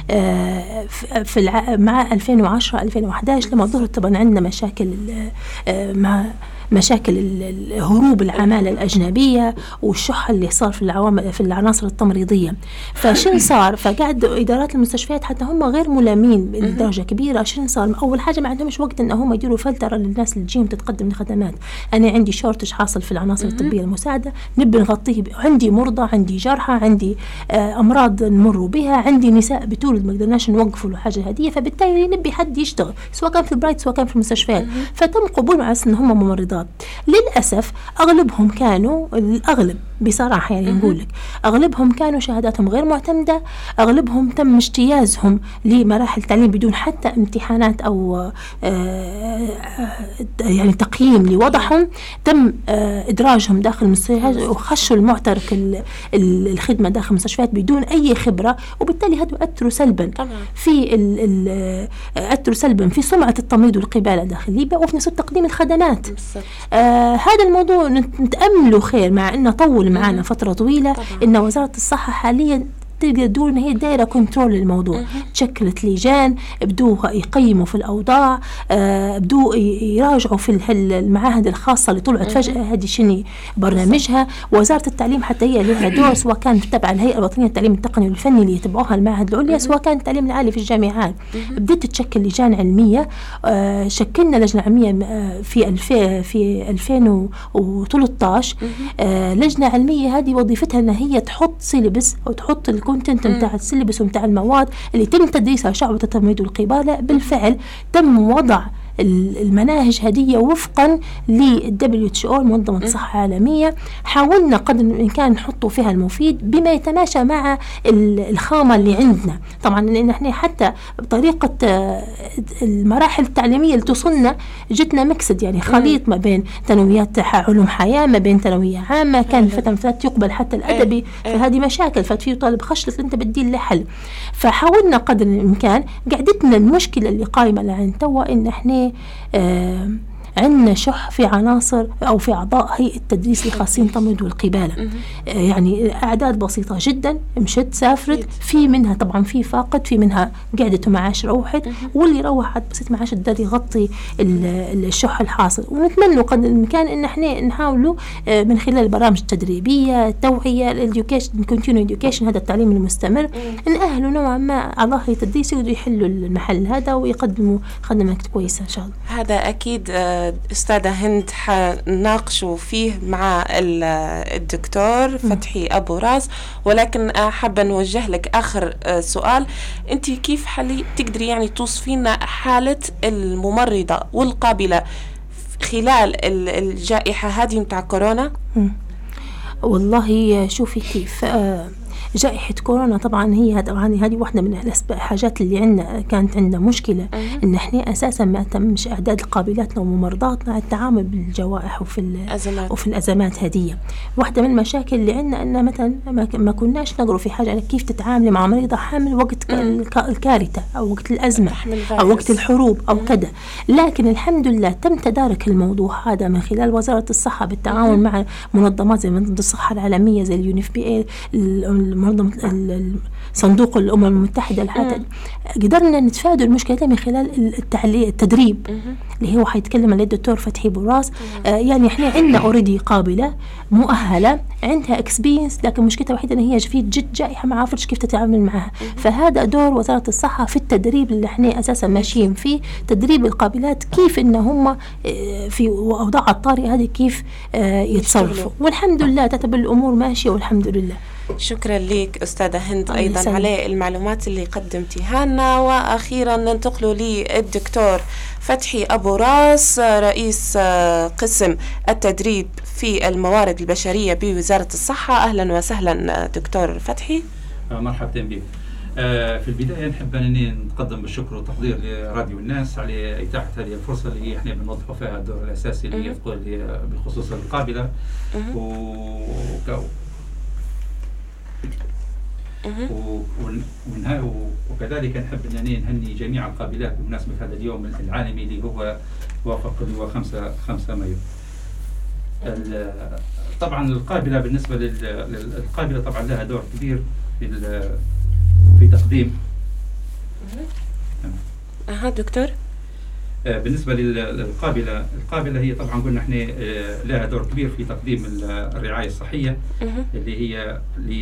في مع ألفين وعشرة ألفين وأحد عشر لما ظهرت طبعا عندنا مشاكل مع مشاكل هروب العمالة الأجنبية والشح اللي صار في العوامل في العناصر التمريضية. فشن صار؟ فقعد إدارات المستشفيات حتى هم غير ملامين بدرجة كبيرة. شن صار؟ أول حاجة ما عندهمش وقت إن هم يديروا فلترة للناس اللي تجيهم تتقدم الخدمات. أنا عندي شورتج حاصل في العناصر الطبية المساعدة، نبي نغطيه، عندي مرضى، عندي جرحى، عندي آه أمراض نمر بها، عندي نساء بتولد ما قدرناش نوقفوا الحاجة هذه، فبالتالي نبي حد يشتغل سواء كان في البرايت سواء كان في المستشفيات. فتم قبول مع أساس إن هم ممرضات. للأسف أغلبهم كانوا الأغلب بصراحة يعني نقول لك أغلبهم كانوا شهاداتهم غير معتمدة، أغلبهم تم اجتيازهم لمراحل تعليم بدون حتى امتحانات أو يعني تقييم لوضعهم، تم إدراجهم داخل المستشفيات وخشوا المعترك الخدمة داخل المستشفيات بدون أي خبرة، وبالتالي هذا أثروا سلبا في أثروا سلبا في سمعة التمريض والقبالة داخل ليبيا وفي نفس تقديم الخدمات. آه هذا الموضوع نتأمله خير، مع انه طول معنا فترة طويلة. طبعا. ان وزارة الصحة حاليا تقدر تقول ان هي دايره كنترول للموضوع. تشكلت لجان بدوها يقيموا في الاوضاع، آه بدو يراجعوا في المعاهد الخاصه اللي طلعت فجاه هذه شنو برنامجها. وزاره التعليم حتى هي لها دور، سواء كانت تبع الهيئه الوطنيه للتعليم التقني والفني اللي يتبعوها المعاهد العليا، سواء كان التعليم العالي في الجامعات. بدت تشكل لجان علميه. آه شكلنا لجنه علميه في الفي في ألفين وثلاثة عشر. آه لجنه علميه هذه وظيفتها ان هي تحط سيلبس او تحط الكونتنت متاع السيلبس ومتاع المواد اللي تم تدريسها شعبة التمريض والقبالة. بالفعل تم وضع المناهج هذه وفقا للدبليو اتش او منظمة الصحة العالمية. حاولنا قدر الإمكان نحطوا فيها المفيد بما يتماشى مع الخامة اللي عندنا. طبعا لأن احنا حتى بطريقة المراحل التعليمية اللي توصلنا جتنا مكسد، يعني خليط ما بين ثانويات علوم حياة ما بين ثانوية عامة. كان فترة فترات يقبل حتى الأدبي، فهذه مشاكل. ففي طالب خشلت أنت بدي له حل. فحاولنا قدر الإمكان. قعدتنا المشكلة اللي قائمة لعن توا إن احنا آه عندنا شح في عناصر أو في أعضاء هيئة التدريس الخاصين التمريض والقبالة. آه يعني أعداد بسيطة جدا مشت سافرت، في منها طبعا في فاقد، في منها قعدت ومعاش روحت، واللي روحت بس معاش الدار يغطي الشح الحاصل. ونتمنى قدر الإمكان إن احنا نحاولوا آه من خلال البرامج التدريبية التوعية الإديوكيشن كونتينيو إديوكيشن، هذا التعليم المستمر، نأهلوا نوعا ما أعضاء هيئة التدريس يقدروا يحلوا المحل هذا ويقدموا خدمات كويسة إن شاء الله. هذا أكيد أستاذة هند حناقشوا فيه مع الدكتور فتحي أبو راس، ولكن حابة نوجه لك آخر سؤال. أنت كيف حالي تقدري يعني توصفينا حالة الممرضة والقابلة خلال الجائحة هذه متاع كورونا؟ والله شوفي كيف آه جائحة كورونا طبعا هي طبعا هذه واحدة من الحاجات اللي عندنا كانت عندنا مشكلة إن إحنا أساسا ما تمش إعداد قابلاتنا وممرضاتنا على التعامل بالجوائح وفي الأزمات وفي الأزمات هذه. واحدة من المشاكل اللي عندنا إن مثلا ما كناش نقروا في حاجة كيف تتعاملي مع مريضة حامل وقت الكارثة أو وقت الأزمة أو وقت الحروب أو كذا. لكن الحمد لله تم تدارك الموضوع هذا من خلال وزارة الصحة بالتعاون مع منظمات زي منظمة الصحة العالمية زي اليونيف بي اي، منظمة صندوق الأمم المتحدة الحتى. قدرنا نتفادى المشكلة من خلال التدريب اللي هو حيتكلم عليه الدكتور فتحي أبو راس. آه يعني احنا عندنا اوريدي قابلة مؤهلة عندها اكسبيرينس، لكن مشكلتها وحيدة ان هي في جد جائحة ما عرفتش كيف تتعامل معها. فهذا دور وزارة الصحة في التدريب اللي احنا اساسا ماشيين فيه، تدريب القابلات كيف ان هم في اوضاع الطارئة هذه كيف آه يتصرفوا. والحمد لله تعتبر الامور ماشية والحمد لله. شكرا لك أستاذة هند أيضا سلام. على المعلومات اللي قدمتيها لنا. وأخيرا ننتقل للدكتور فتحي أبو راس رئيس قسم التدريب في الموارد البشرية بوزارة الصحة. أهلا وسهلا دكتور فتحي. مرحبا بك. في البداية نحب أنني نقدم بالشكر والتقدير لراديو الناس على إتاحة هذه الفرصة اللي إحنا بنوظف فيها الدور الأساسي اللي بخصوص القابلة و وكذلك نحب أنني نهني جميع القابلات بمناسبة هذا اليوم العالمي اللي هو وافق اللي هو خمسة مايو. طبعا القابلة بالنسبة للقابلة طبعا لها دور كبير في في تقديم. أها دكتور. بالنسبة للقابلة، القابلة هي طبعا قلنا احنا لها دور كبير في تقديم الرعاية الصحية اللي هي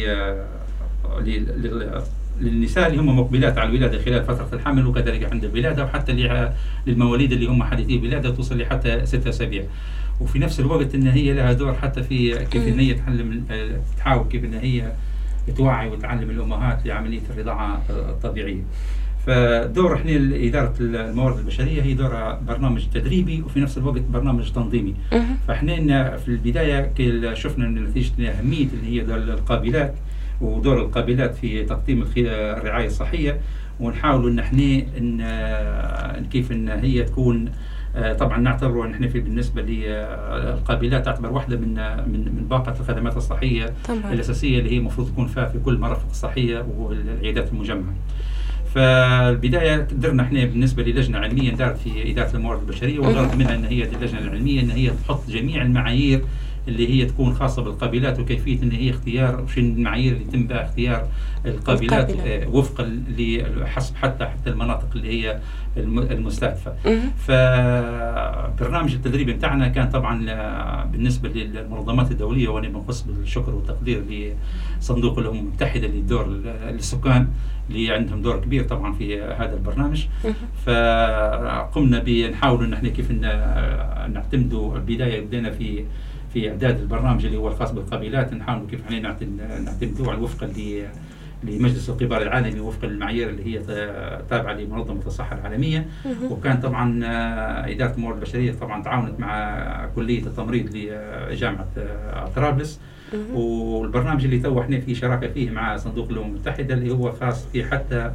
للنساء اللي هم مقبلات على الولادة خلال فترة الحمل، وكذلك عند الولادة، وحتى للمواليد اللي هم حديثي الولادة توصل لحتى ستة أسابيع. وفي نفس الوقت ان هي لها دور حتى في كيف ان هي تعلم تحاول كيف ان هي توعي وتعلم الامهات لعملية الرضاعة الطبيعية. فدور احنا إدارة الموارد البشرية هي دورها برنامج تدريبي وفي نفس الوقت برنامج تنظيمي. فاحنا في البداية شفنا ان نتيجة أهمية اللي هي القابلات ودور القابلات في تقديم الرعاية الصحية، ونحاول ان احنا ان كيف ان هي تكون طبعا نعتبره ان احنا في بالنسبه للقابلات تعتبر واحده من من من باقه الخدمات الصحيه طبعا الاساسيه اللي هي المفروض تكون فيها في كل المرافق الصحيه والعيادات المجمعه. فالبدايه قدرنا احنا بالنسبه للجنه علميه دارت في اداره الموارد البشريه، والغرض منها ان هي اللجنه العلميه ان هي تحط جميع المعايير اللي هي تكون خاصه بالقابلات، وكيفيه ان هي اختيار وش المعايير اللي يتم بها اختيار القابلات وفقا لحسب حتى حتى المناطق اللي هي المستهدفه. فبرنامج التدريب بتاعنا كان طبعا بالنسبه للمنظمات الدوليه، وانا بنقص بالشكر والتقدير لصندوق الامم المتحده للدور للسكان اللي عندهم دور كبير طبعا في هذا البرنامج. فقمنا بنحاول ان احنا كيف نعتمدوا البدايه بدينا في في اعداد البرنامج اللي هو الخاص بالقبيلات، نحاول كيف احنا نعتمدوا على وفقا لمجلس القبال العالمي وفقا للمعايير اللي هي تابعه لمنظمه الصحه العالميه. وكان طبعا اداره الموارد البشريه طبعا تعاونت مع كليه التمريض لجامعه طرابلس، والبرنامج اللي تو احنا في شراكه فيه مع صندوق الامم المتحده اللي هو خاص في حتى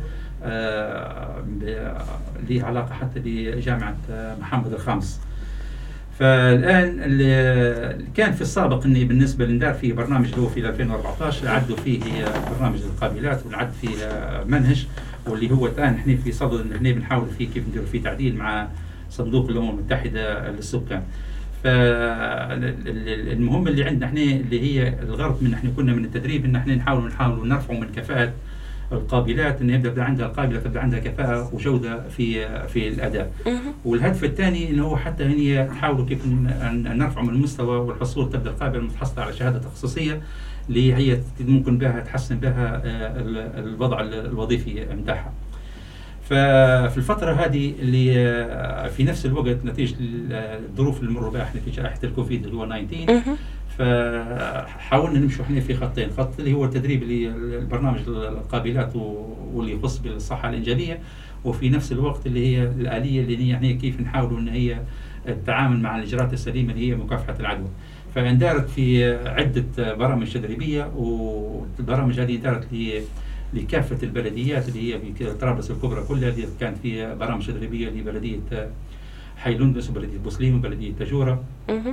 له علاقه حتى بجامعه محمد الخامس. فالان اللي كان في السابق اني بالنسبه لندار في برنامج اللي هو في ألفين وأربعة عشر عدوا فيه برنامج القابلات ونعد فيه منهج، واللي هو الان احنا في صدد ان احنا بنحاول فيه كيف ندير فيه تعديل مع صندوق الامم المتحده للسكان. فالمهم اللي عندنا احنا اللي هي الغرض من احنا كنا من التدريب ان احنا نحاول نحاول نرفع من كفاءه القابلات، ان يبدا عندها القابله تبدا عندها كفاءه وجوده في في الاداء. والهدف الثاني انه هو حتى هي نحاولوا كيف نرفع من المستوى والحصول تبدا القابله المتحصله على شهاده تخصصيه اللي هي ممكن بها تحسن بها الوضع الوظيفي بتاعها. ففي الفترة هذه اللي في نفس الوقت نتيجة الظروف اللي مروا بها احنا في جائحة الكوفيد اللي هو تسعة عشر، فحاولنا نمشي احنا في خطين، خط اللي هو التدريب للبرنامج القابلات واللي يخص بالصحة الإنجابية، وفي نفس الوقت اللي هي الآلية اللي هي يعني كيف نحاولوا ان هي التعامل مع الإجراءات السليمة اللي هي مكافحة العدوى. فاندارت في عدة برامج تدريبية، والبرامج هذه اندارت لكافة البلديات اللي هي في طرابلس الكبرى كلها، اللي كانت في برامج تدريبية لبلدية حيلوندس وبلدية بوسليم وبلدية تاجورة،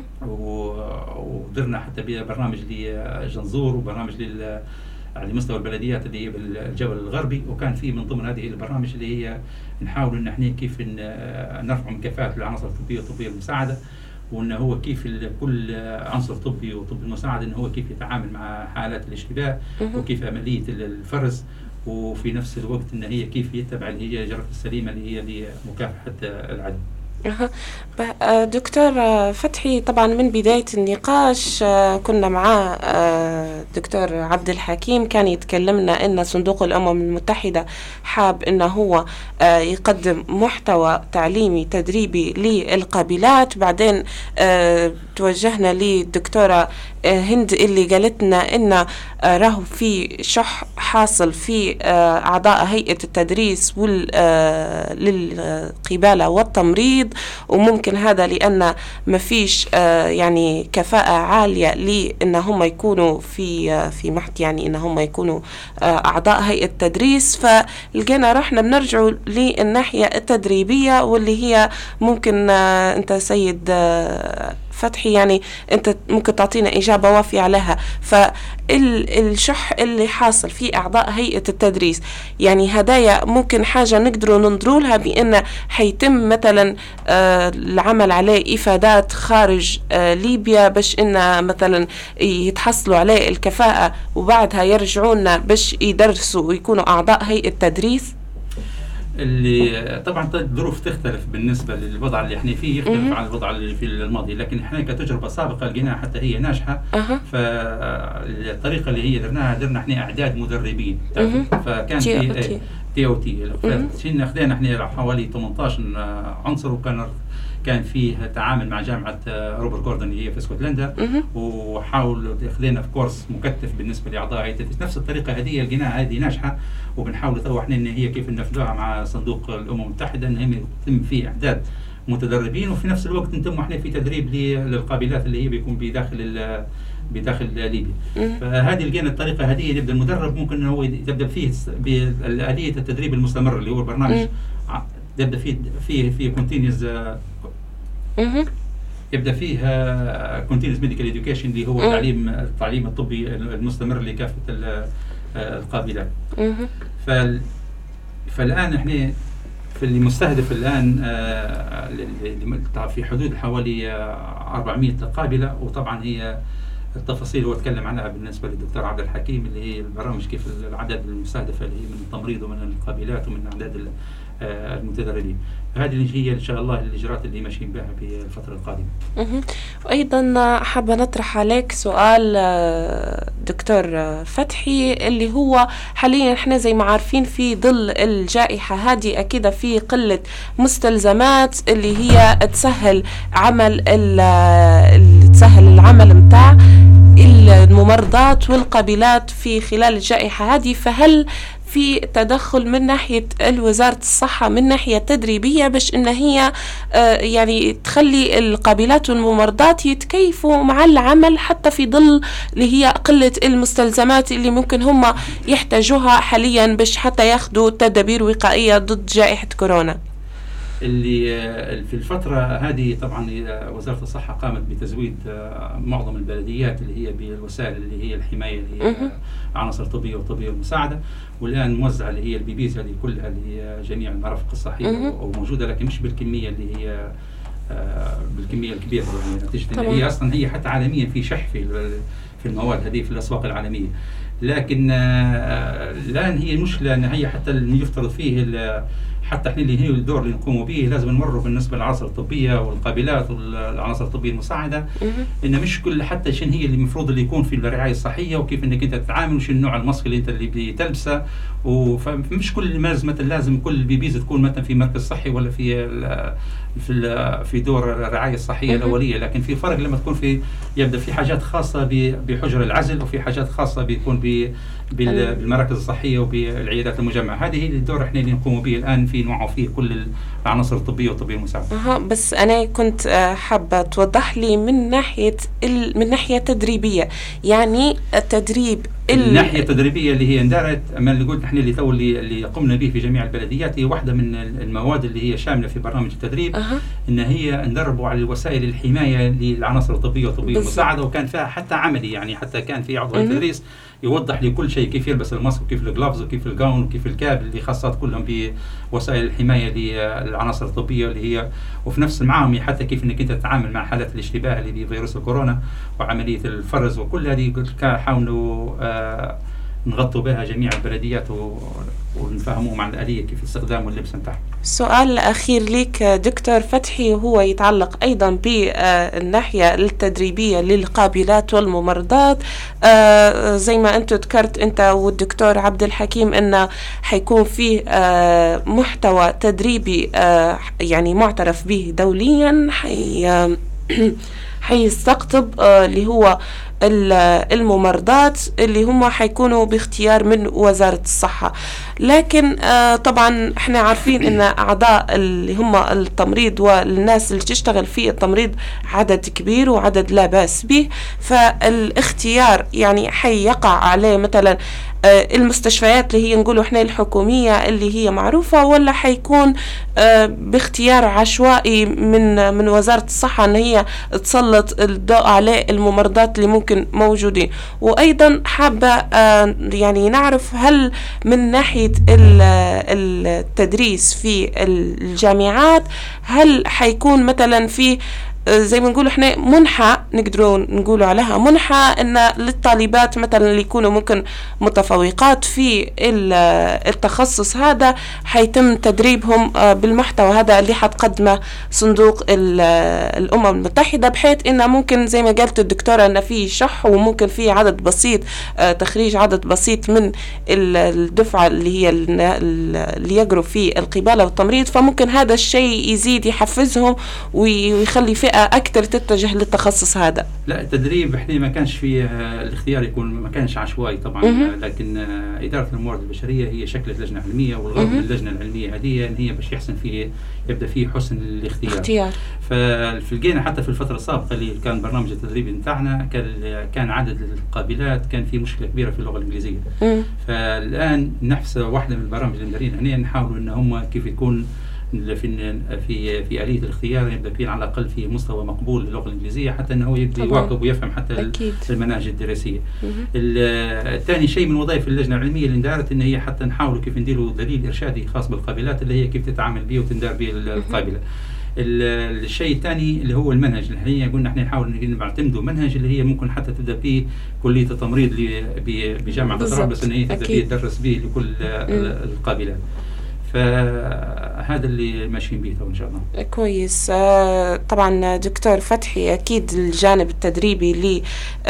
ودرنا حتى برنامج لجنزور وبرنامج لل على مستوى البلديات اللي هي بالجبل الغربي. وكان في من ضمن هذه البرامج اللي هي نحاول ان احنا كيف نرفع من كفاءة العناصر الطبية والطبية المساعدة، وانه هو كيف كل عنصر طبي وطب المساعد انه هو كيف يتعامل مع حالات الاشتباه وكيف عمليه الفرز، وفي نفس الوقت ان هي كيف يتبع اللي هي الاجراءات السليمه اللي هي لمكافحه العدوى. أه دكتور فتحي، طبعا من بداية النقاش كنا مع دكتور عبد الحكيم كان يتكلمنا ان صندوق الامم المتحدة حاب انه هو يقدم محتوى تعليمي تدريبي للقابلات. بعدين توجهنا للدكتورة هند اللي قالتنا ان راهو في شح حاصل في اعضاء هيئة التدريس للقبالة والتمريض، وممكن هذا لأن ما فيش يعني كفاءة عالية لأن هم يكونوا في في محت يعني إن هم يكونوا أعضاء هيئة التدريس. فلقينا رحنا بنرجعوا للناحية التدريبية، واللي هي ممكن أنت سيد فتحي يعني أنت ممكن تعطينا إجابة وافية عليها. فالشح اللي حاصل في أعضاء هيئة التدريس يعني هدايا ممكن حاجة نقدروا ننظروا لها بأن حيتم مثلا آه العمل عليه إفادات خارج آه ليبيا باش إن مثلا يتحصلوا عليه الكفاءة وبعدها يرجعونا باش يدرسوا ويكونوا أعضاء هيئة تدريس. اللي طبعا الظروف تختلف بالنسبه للوضع اللي احنا فيه، يختلف عن الوضع اللي في الماضي، لكن احنا كتجربه سابقه لقيناها حتى هي ناجحه. أه. فالطريقه اللي هي درناها درنا احنا اعداد مدربين، فكان في تي او تي فشينا خذينا احنا حوالي ثمانية عشر عنصر، وكان كان فيه تعامل مع جامعه روبرت جوردن اللي هي في اسكتلندا، وحاول خذينا في كورس مكثف بالنسبه لاعضاء هيئه التدريس. نفس الطريقه هذه لقيناها هذه ناجحه، وبنحاول تو احنا ان هي كيف ننفذوها مع صندوق الامم المتحده ان هي يتم فيه اعداد متدربين، وفي نفس الوقت نتم احنا في تدريب للقابلات اللي هي بيكون بداخل بداخل ليبيا. فهذه لقينا الطريقه هذه يبدا المدرب ممكن انه هو يبدا فيه باليه التدريب المستمر اللي هو البرنامج يبدا فيه فيه في كونتينيوس يبدا فيه كونتينيوس ميديكال اديوكيشن اللي هو التعليم التعليم الطبي المستمر لكافه القابلات. فال فالان احنا في المستهدف الان في حدود حوالي أربعمائة قابله، وطبعا هي التفاصيل هو تكلم عنها بالنسبه للدكتور عبد الحكيم، اللي هي البرامج كيف العدد المستهدفه اللي هي من التمريض ومن القابلات ومن اعداد المتدربين. هذه اللي هي ان شاء الله الاجراءات اللي ماشيين بها في الفتره القادمه. وايضا حابه نطرح عليك سؤال دكتور فتحي، اللي هو حاليا احنا زي ما عارفين في ظل الجائحه هذه اكيد في قله مستلزمات اللي هي تسهل عمل اللي تسهل العمل متاع الممرضات والقابلات في خلال الجائحه هذه. فهل في تدخل من ناحية الوزارة الصحة من ناحية تدريبية باش إن هي آه يعني تخلي القابلات والممرضات يتكيفوا مع العمل حتى في ظل اللي هي قلة المستلزمات اللي ممكن هم يحتاجوها حاليا باش حتى ياخدوا تدابير وقائية ضد جائحة كورونا؟ اللي في الفترة هذه طبعا وزارة الصحة قامت بتزويد معظم البلديات اللي هي بالوسائل اللي هي الحماية اللي هي عناصر طبية وطبية ومساعدة، والآن موزعة اللي هي البيبيز هذه كلها اللي هي جميع المرافق الصحية وموجودة، لكن مش بالكمية اللي هي بالكمية الكبيرة يعني نتيجة هي أصلا هي حتى عالميا في شح في في المواد هذه في الأسواق العالمية. لكن الآن هي المشكلة أن هي حتى اللي يفترض فيه حتى احنا اللي هي الدور اللي نقوم به لازم نمر بالنسبه للعناصر الطبيه والقابلات والعناصر الطبيه المساعده، ان مش كل حتى شنو هي اللي المفروض اللي يكون في الرعايه الصحيه وكيف انك انت تتعامل وش النوع الماسك اللي انت اللي بتلبسه، ومش كل مثلا لازم كل البيبيز تكون مثلا في مركز صحي ولا في في في دور الرعايه الصحيه الاوليه، لكن في فرق لما تكون في يبدا في حاجات خاصه بحجر العزل وفي حاجات خاصه بيكون بالمراكز الصحيه وبالعيادات المجمعه. هذه هي الدور احنا اللي نقوم به الان في نوعه فيه كل العناصر الطبيه والطبيه المساعده. اها بس انا كنت حابه توضح لي من ناحيه من ناحيه تدريبيه، يعني التدريب الناحيه التدريبيه اللي هي اندارت اما اللي قلت احنا اللي تو اللي, اللي قمنا به في جميع البلديات هي واحده من المواد اللي هي شامله في برنامج التدريب، أه. ان هي ندربوا على الوسائل الحمايه للعناصر الطبيه والطبيه المساعده، وكان فيها حتى عملي يعني حتى كان في عضو التدريس يوضح لي كل شيء كيف يلبس الماسك وكيف الجلافز وكيف الجاون وكيف الكاب اللي خاصات كلهم بوسائل الحمايه للعناصر الطبيه اللي هي، وفي نفس المعامل حتى كيف انك انت تتعامل مع حالات الاشتباه اللي بفيروس الكورونا وعمليه الفرز وكل هذه حاولوا آه نغطوا بها جميع البلديات ونفهموا عن الآلية كيف الاستخدام واللبس نتاعها. السؤال الأخير لك دكتور فتحي هو يتعلق أيضا بالناحية التدريبية للقابلات والممرضات. آه زي ما أنت ذكرت أنت والدكتور عبد الحكيم أنه حيكون فيه آه محتوى تدريبي آه يعني معترف به دوليا حي حيستقطب آه اللي هو الممرضات اللي هم حيكونوا باختيار من وزارة الصحة. لكن آه طبعا احنا عارفين ان اعضاء اللي هم التمريض والناس اللي تشتغل في التمريض عدد كبير وعدد لا بأس به، فالاختيار يعني حيقع عليه مثلا آه المستشفيات اللي هي نقولوا احنا الحكومية اللي هي معروفة، ولا حيكون آه باختيار عشوائي من من وزارة الصحة ان هي تسلط الضوء على الممرضات اللي ممكن موجودين. وأيضا حابة آه يعني نعرف هل من ناحية التدريس في الجامعات هل حيكون مثلا في زي ما نقول احنا منحة نقدروا نقولوا عليها منحة ان للطالبات مثلا اللي يكونوا ممكن متفوقات في التخصص هذا حيتم تدريبهم بالمحتوى هذا اللي حتقدمه صندوق الأمم المتحدة، بحيث انه ممكن زي ما قالت الدكتورة ان في شح وممكن في عدد بسيط تخريج عدد بسيط من الدفعة اللي هي اللي يجروا في القبالة والتمريض، فممكن هذا الشيء يزيد يحفزهم ويخلي فئة أكثر تتجه للتخصص هذا. لا التدريب احنا ما كانش فيه الاختيار يكون ما كانش عشوائي طبعا، م- لكن إدارة الموارد البشرية هي شكلت لجنة علمية، والغرض من اللجنة العلمية هذه ان هي باش يحسن فيه يبدا فيه حسن الاختيار. اختيار. فلقينا حتى في الفترة السابقة اللي كان برنامج التدريبي بتاعنا كان كان عدد القابلات كان في مشكلة كبيرة في اللغة الإنجليزية. م- فالآن نفس واحدة من البرامج اللي مدارين هنا نحاولوا ان هم كيف يكون في في في آلية الاختيار يبدأ فيه على الأقل في مستوى مقبول للغة الإنجليزية حتى أنه يقدر يواكب ويفهم حتى أكيد. المناهج الدراسية. الثاني شيء من وظائف اللجنة العلمية اللي اندارت إن هي حتى نحاول كيف نديروا دليل إرشادي خاص بالقابلات اللي هي كيف تتعامل به وتندار به القابلة. الشيء الثاني اللي هو المنهج اللي هي قلنا احنا نحاول نعتمدوا منهج اللي هي ممكن حتى تبدا به كليه التمريض بجامعه طرابلس ان هي تبدا به تدرس به لكل القابلات. فهذا اللي ماشيين به ان شاء الله. كويس. آه طبعا دكتور فتحي اكيد الجانب التدريبي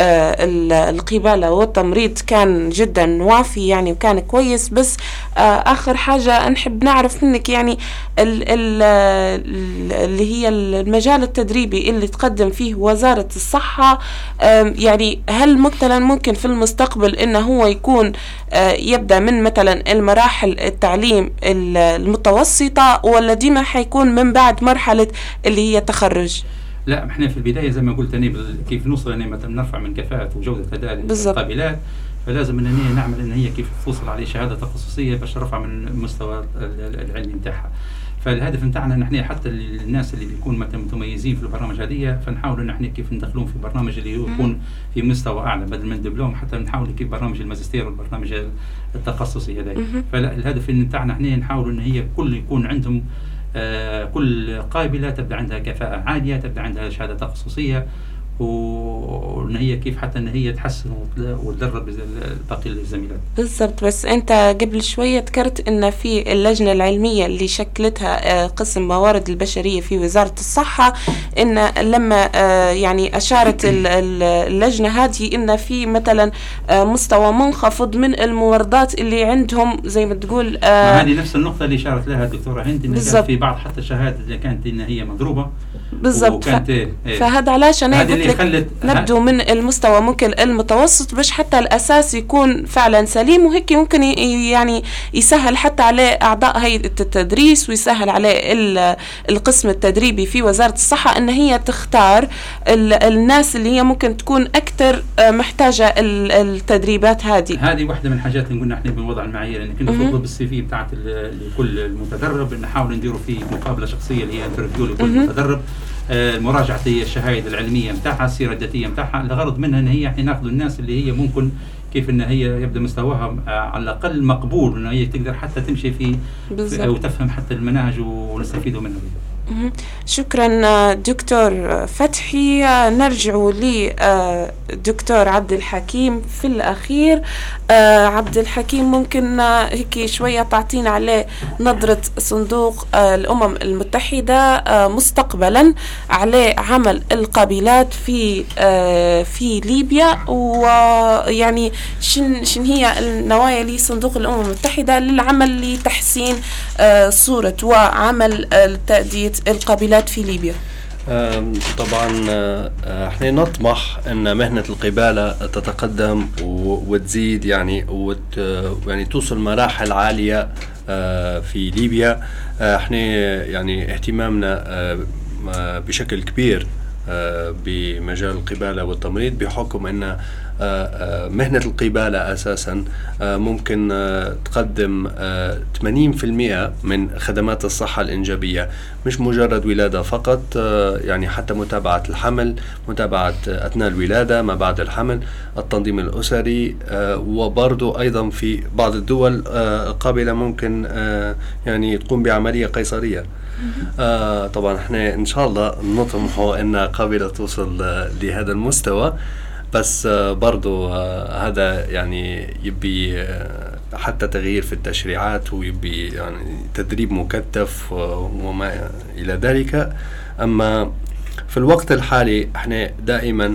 للقباله والتمريض كان جدا وافي يعني وكان كويس، بس آه اخر حاجه نحب نعرف منك يعني ال ال اللي هي المجال التدريبي اللي تقدم فيه وزاره الصحه، آه يعني هل مثلا ممكن في المستقبل انه هو يكون آه يبدا من مثلا المراحل التعليم المتوسطة ولا ديما حيكون من بعد مرحلة اللي هي تخرج؟ لا احنا في البداية زي ما قلت أنا كيف نوصل أن مثلا نرفع من كفاءة وجودة أداء القابلات، فلازم أن هي نعمل أن هي كيف توصل عليه شهادة تخصصية باش ترفع من مستوى العلمي نتاعها. فالهدف نتاعنا نحن حتى الناس اللي بيكون مثلا متميزين في البرامج هذه فنحاول نحن كيف ندخلون في برنامج اللي يكون في مستوى اعلى بدل من الدبلوم، حتى نحاول كيف برامج الماجستير والبرنامج التخصصي هذا. فالهدف نتاعنا نحن نحاول ان هي كل يكون عندهم آه كل قابله تبدا عندها كفاءه عاليه، تبدا عندها شهاده تخصصيه، وان هي كيف حتى ان هي تحسن وتدرب باقي الزميلات. بالضبط. بس انت قبل شويه ذكرت ان في اللجنه العلميه اللي شكلتها قسم موارد البشريه في وزاره الصحه، ان لما يعني اشارت اللجنه هذه ان في مثلا مستوى منخفض من الممرضات اللي عندهم زي ما تقول ما هذه نفس النقطه اللي اشارت لها الدكتوره هند، ان كان في بعض حتى شهادات اللي كانت ان هي مضروبه. بالضبط. ف... فهذا علاش انا قلت لك نبدو من المستوى ممكن المتوسط باش حتى الاساس يكون فعلا سليم، وهيك ممكن يعني يسهل حتى على اعضاء هيئه التدريس ويسهل على القسم التدريبي في وزاره الصحه ان هي تختار الناس اللي هي ممكن تكون اكثر محتاجه التدريبات هذه. هذه واحده من الحاجات اللي قلنا احنا بنوضع المعايير ان كنا نطلب السي في بتاعت لكل المتدرب نحاول نديروا فيه مقابله شخصيه اللي هي انترفيو لكل متدرب، مراجعة الشهايد العلمية متاعها، السيرة الذاتية متاعها، الغرض منها ان هي احنا ناخذ الناس اللي هي ممكن كيف ان هي يبدا مستواها على الاقل مقبول، ان هي تقدر حتى تمشي في, في وتفهم حتى المناهج ونستفيدوا منها. شكرا دكتور فتحي. نرجع لدكتور عبد الحكيم في الأخير. عبد الحكيم ممكن هيك شوية تعطينا على نظرة صندوق الأمم المتحدة مستقبلا على عمل القابلات في في ليبيا، ويعني شن شن هي النوايا لصندوق الأمم المتحدة للعمل لتحسين صورة وعمل تأدية القابلات في ليبيا؟ طبعا احنا نطمح ان مهنة القبالة تتقدم وتزيد يعني وت يعني توصل مراحل عالية في ليبيا. احنا يعني اهتمامنا بشكل كبير بمجال القبالة والتمريض بحكم ان مهنة القبالة أساسا ممكن تقدم ثمانين بالمئة من خدمات الصحة الإنجابية، مش مجرد ولادة فقط، يعني حتى متابعة الحمل، متابعة أثناء الولادة، ما بعد الحمل، التنظيم الأسري، وبرضو أيضا في بعض الدول قابلة ممكن يعني تقوم بعملية قيصرية. آه طبعا احنا ان شاء الله نطمح ان قابلة توصل لهذا المستوى، بس آه برضو آه هذا يعني يبي آه حتى تغيير في التشريعات ويبي يعني تدريب مكثف وما الى ذلك. اما في الوقت الحالي احنا دائما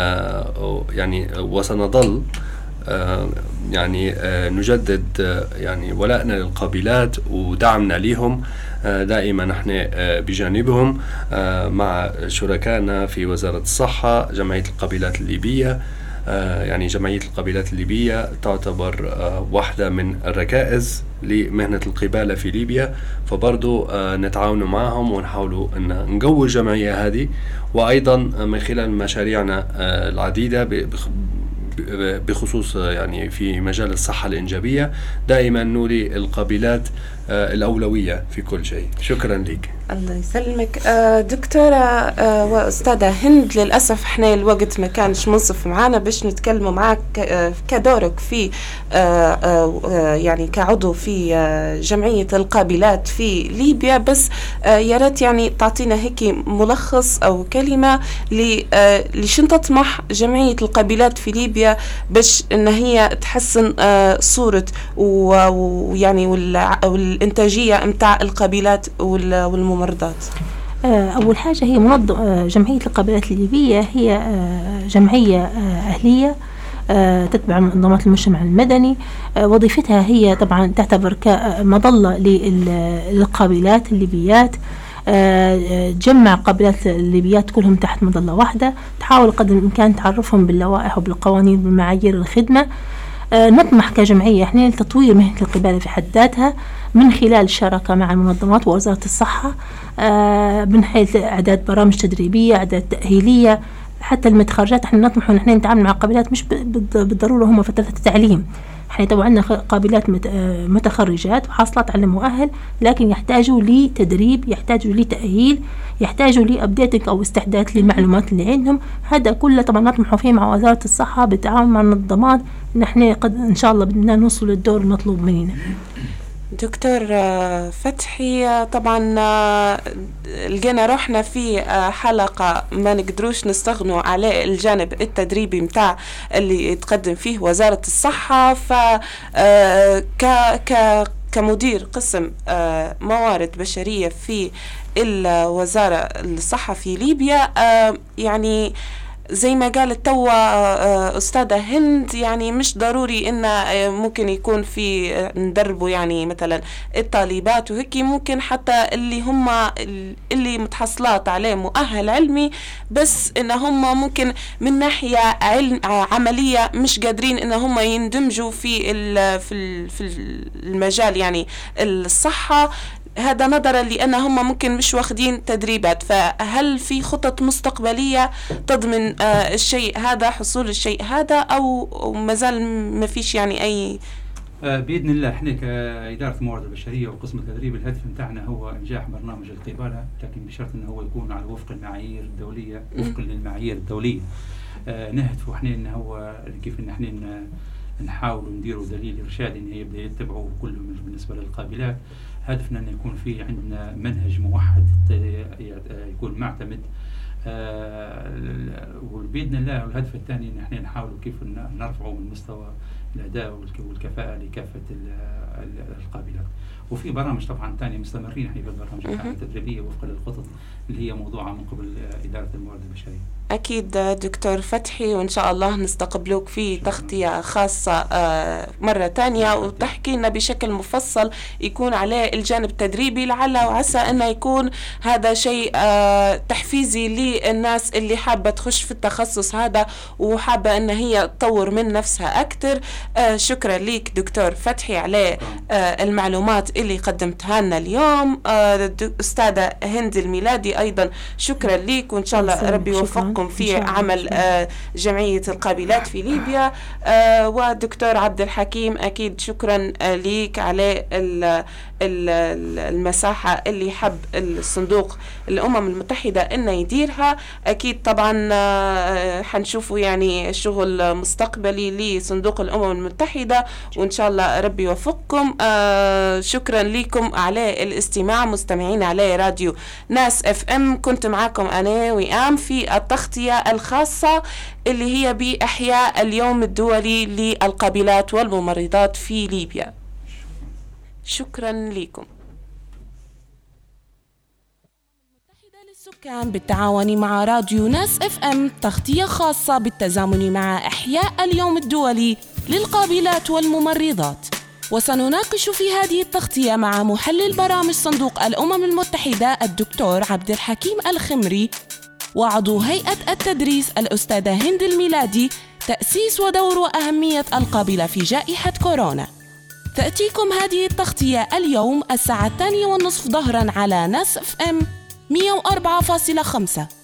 آه يعني وسنظل آه يعني آه نجدد آه يعني ولائنا للقابلات ودعمنا لهم دائما نحن بجانبهم مع شركائنا في وزارة الصحة. جمعية القابلات الليبية يعني جمعية القابلات الليبية تعتبر واحدة من الركائز لمهنة القبالة في ليبيا، فبرضو نتعاون معهم ونحاولوا أن نقوي الجمعية هذه، وأيضا من خلال مشاريعنا العديدة بخصوص يعني في مجال الصحة الإنجابية دائما نولي القابلات الأولوية في كل شيء. شكرا لك. الله يسلمك. دكتورة وأستاذة هند، للأسف احنا الوقت ما كانش منصف معانا باش نتكلموا معك كدورك في يعني كعضو في جمعية القابلات في ليبيا، بس يا ريت يعني تعطينا هيك ملخص أو كلمة لشن تطمح جمعية القابلات في ليبيا باش إن هي تحسن صورة ويعني والإنتاجية متاع القابلات والممرضات. أول حاجة هي منظمة جمعية القابلات الليبية، هي جمعية أهلية تتبع منظمات المجتمع المدني. وظيفتها هي طبعا تعتبر كمظلة للقابلات الليبيات، تجمع قابلات الليبيات كلهم تحت مظلة واحدة، تحاول قدر الإمكان تعرفهم باللوائح وبالقوانين وبالمعايير الخدمة. نطمح كجمعية احنا لتطوير مهنة القبالة في حد ذاتها من خلال الشراكة مع المنظمات ووزارة الصحة، من حيث إعداد برامج تدريبية، إعداد تأهيلية، حتى المتخرجات. احنا نطمح ان احنا نتعامل مع قابلات مش بالضرورة هم فترة التعليم. احنا طبعا عندنا قابلات متخرجات وحاصلات علم مؤهل، لكن يحتاجوا لتدريب، يحتاجوا لتأهيل، يحتاجوا لأبديتنج أو استحداث للمعلومات اللي عندهم. هذا كله طبعا نطمحوا فيه مع وزارة الصحة بالتعاون مع المنظمات، نحن قد إن شاء الله بدنا نوصل للدور المطلوب مننا. دكتور فتحي، طبعا لقينا روحنا في حلقة ما نقدروش نستغنوا على الجانب التدريبي متاع اللي يتقدم فيه وزارة الصحة. ف ك ك كمدير قسم موارد بشرية في الوزارة الصحة في ليبيا، يعني زي ما قالت توا أستاذة هند، يعني مش ضروري إن ممكن يكون في ندربوا يعني مثلا الطالبات وهيك، ممكن حتى اللي هم اللي متحصلات عليه مؤهل علمي، بس إن هم ممكن من ناحية علم عملية مش قادرين إن هم يندمجوا في في في المجال يعني الصحة. هذا نظرا لأن هم ممكن مش واخدين تدريبات. فهل في خطط مستقبلية تضمن آه الشيء هذا، حصول الشيء هذا، أو مازال ما فيش يعني أي؟ آه بإذن الله احنا كإدارة الموارد البشرية وقسم التدريب الهدف متاعنا هو إنجاح برنامج القبالة، لكن بشرط أنه هو يكون على وفق المعايير الدولية، وفق للمعايير الدولية. آه نهدف احنا أنه هو كيف أن احنا نحاول نديروا دليل إرشادي أنه يبدأ يتبعوا كل بالنسبة للقابلات. هدفنا أن يكون في عندنا منهج موحد يكون معتمد، وبإذن الله الهدف الثاني أن احنا نحاول كيف نرفعه من مستوى الأداء والكفاءة لكافة القابلات. وفي برامج طبعا ثانية مستمرين احنا في البرامج التدريبية وفقا للخطط اللي هي موضوعة من قبل إدارة الموارد البشرية. أكيد دكتور فتحي، وإن شاء الله نستقبلوك في تغطية خاصة مرة تانية وتحكي لنا بشكل مفصل يكون عليه الجانب التدريبي، لعل وعسى أنه يكون هذا شيء تحفيزي للناس اللي حابة تخش في التخصص هذا وحابة أن هي تطور من نفسها أكتر. شكرا ليك دكتور فتحي على المعلومات اللي قدمتها لنا اليوم. أستاذة هند الميلادي أيضا شكرا ليك، وإن شاء الله ربي يوفقكم في عمل آه جمعية القابلات في ليبيا. آه ودكتور عبد الحكيم أكيد شكرا آه ليك على المساحة اللي حب الصندوق الأمم المتحدة إنه يديرها. أكيد طبعا آه حنشوفوا يعني شغل مستقبلي لصندوق الأمم المتحدة، وإن شاء الله ربي يوفقكم. آه شكرا لكم على الاستماع مستمعين على راديو ناس اف ام. كنت معاكم أنا وئام في التغطية الخاصة اللي هي بإحياء اليوم الدولي للقابلات والممرضات في ليبيا. شكرا لكم. للسكان بالتعاون مع راديو ناس اف ام تغطية خاصة بالتزامن مع إحياء اليوم الدولي للقابلات والممرضات، وسنناقش في هذه التغطية مع محلل برامج صندوق الأمم المتحدة الدكتور عبد الحكيم الخمري وعضو هيئة التدريس الأستاذة هند الميلادي تأسيس ودور وأهمية القابلة في جائحة كورونا. تأتيكم هذه التغطية اليوم الساعة الثانية والنصف ظهرا على ناس اف ام مئة وأربعة فاصلة خمسة.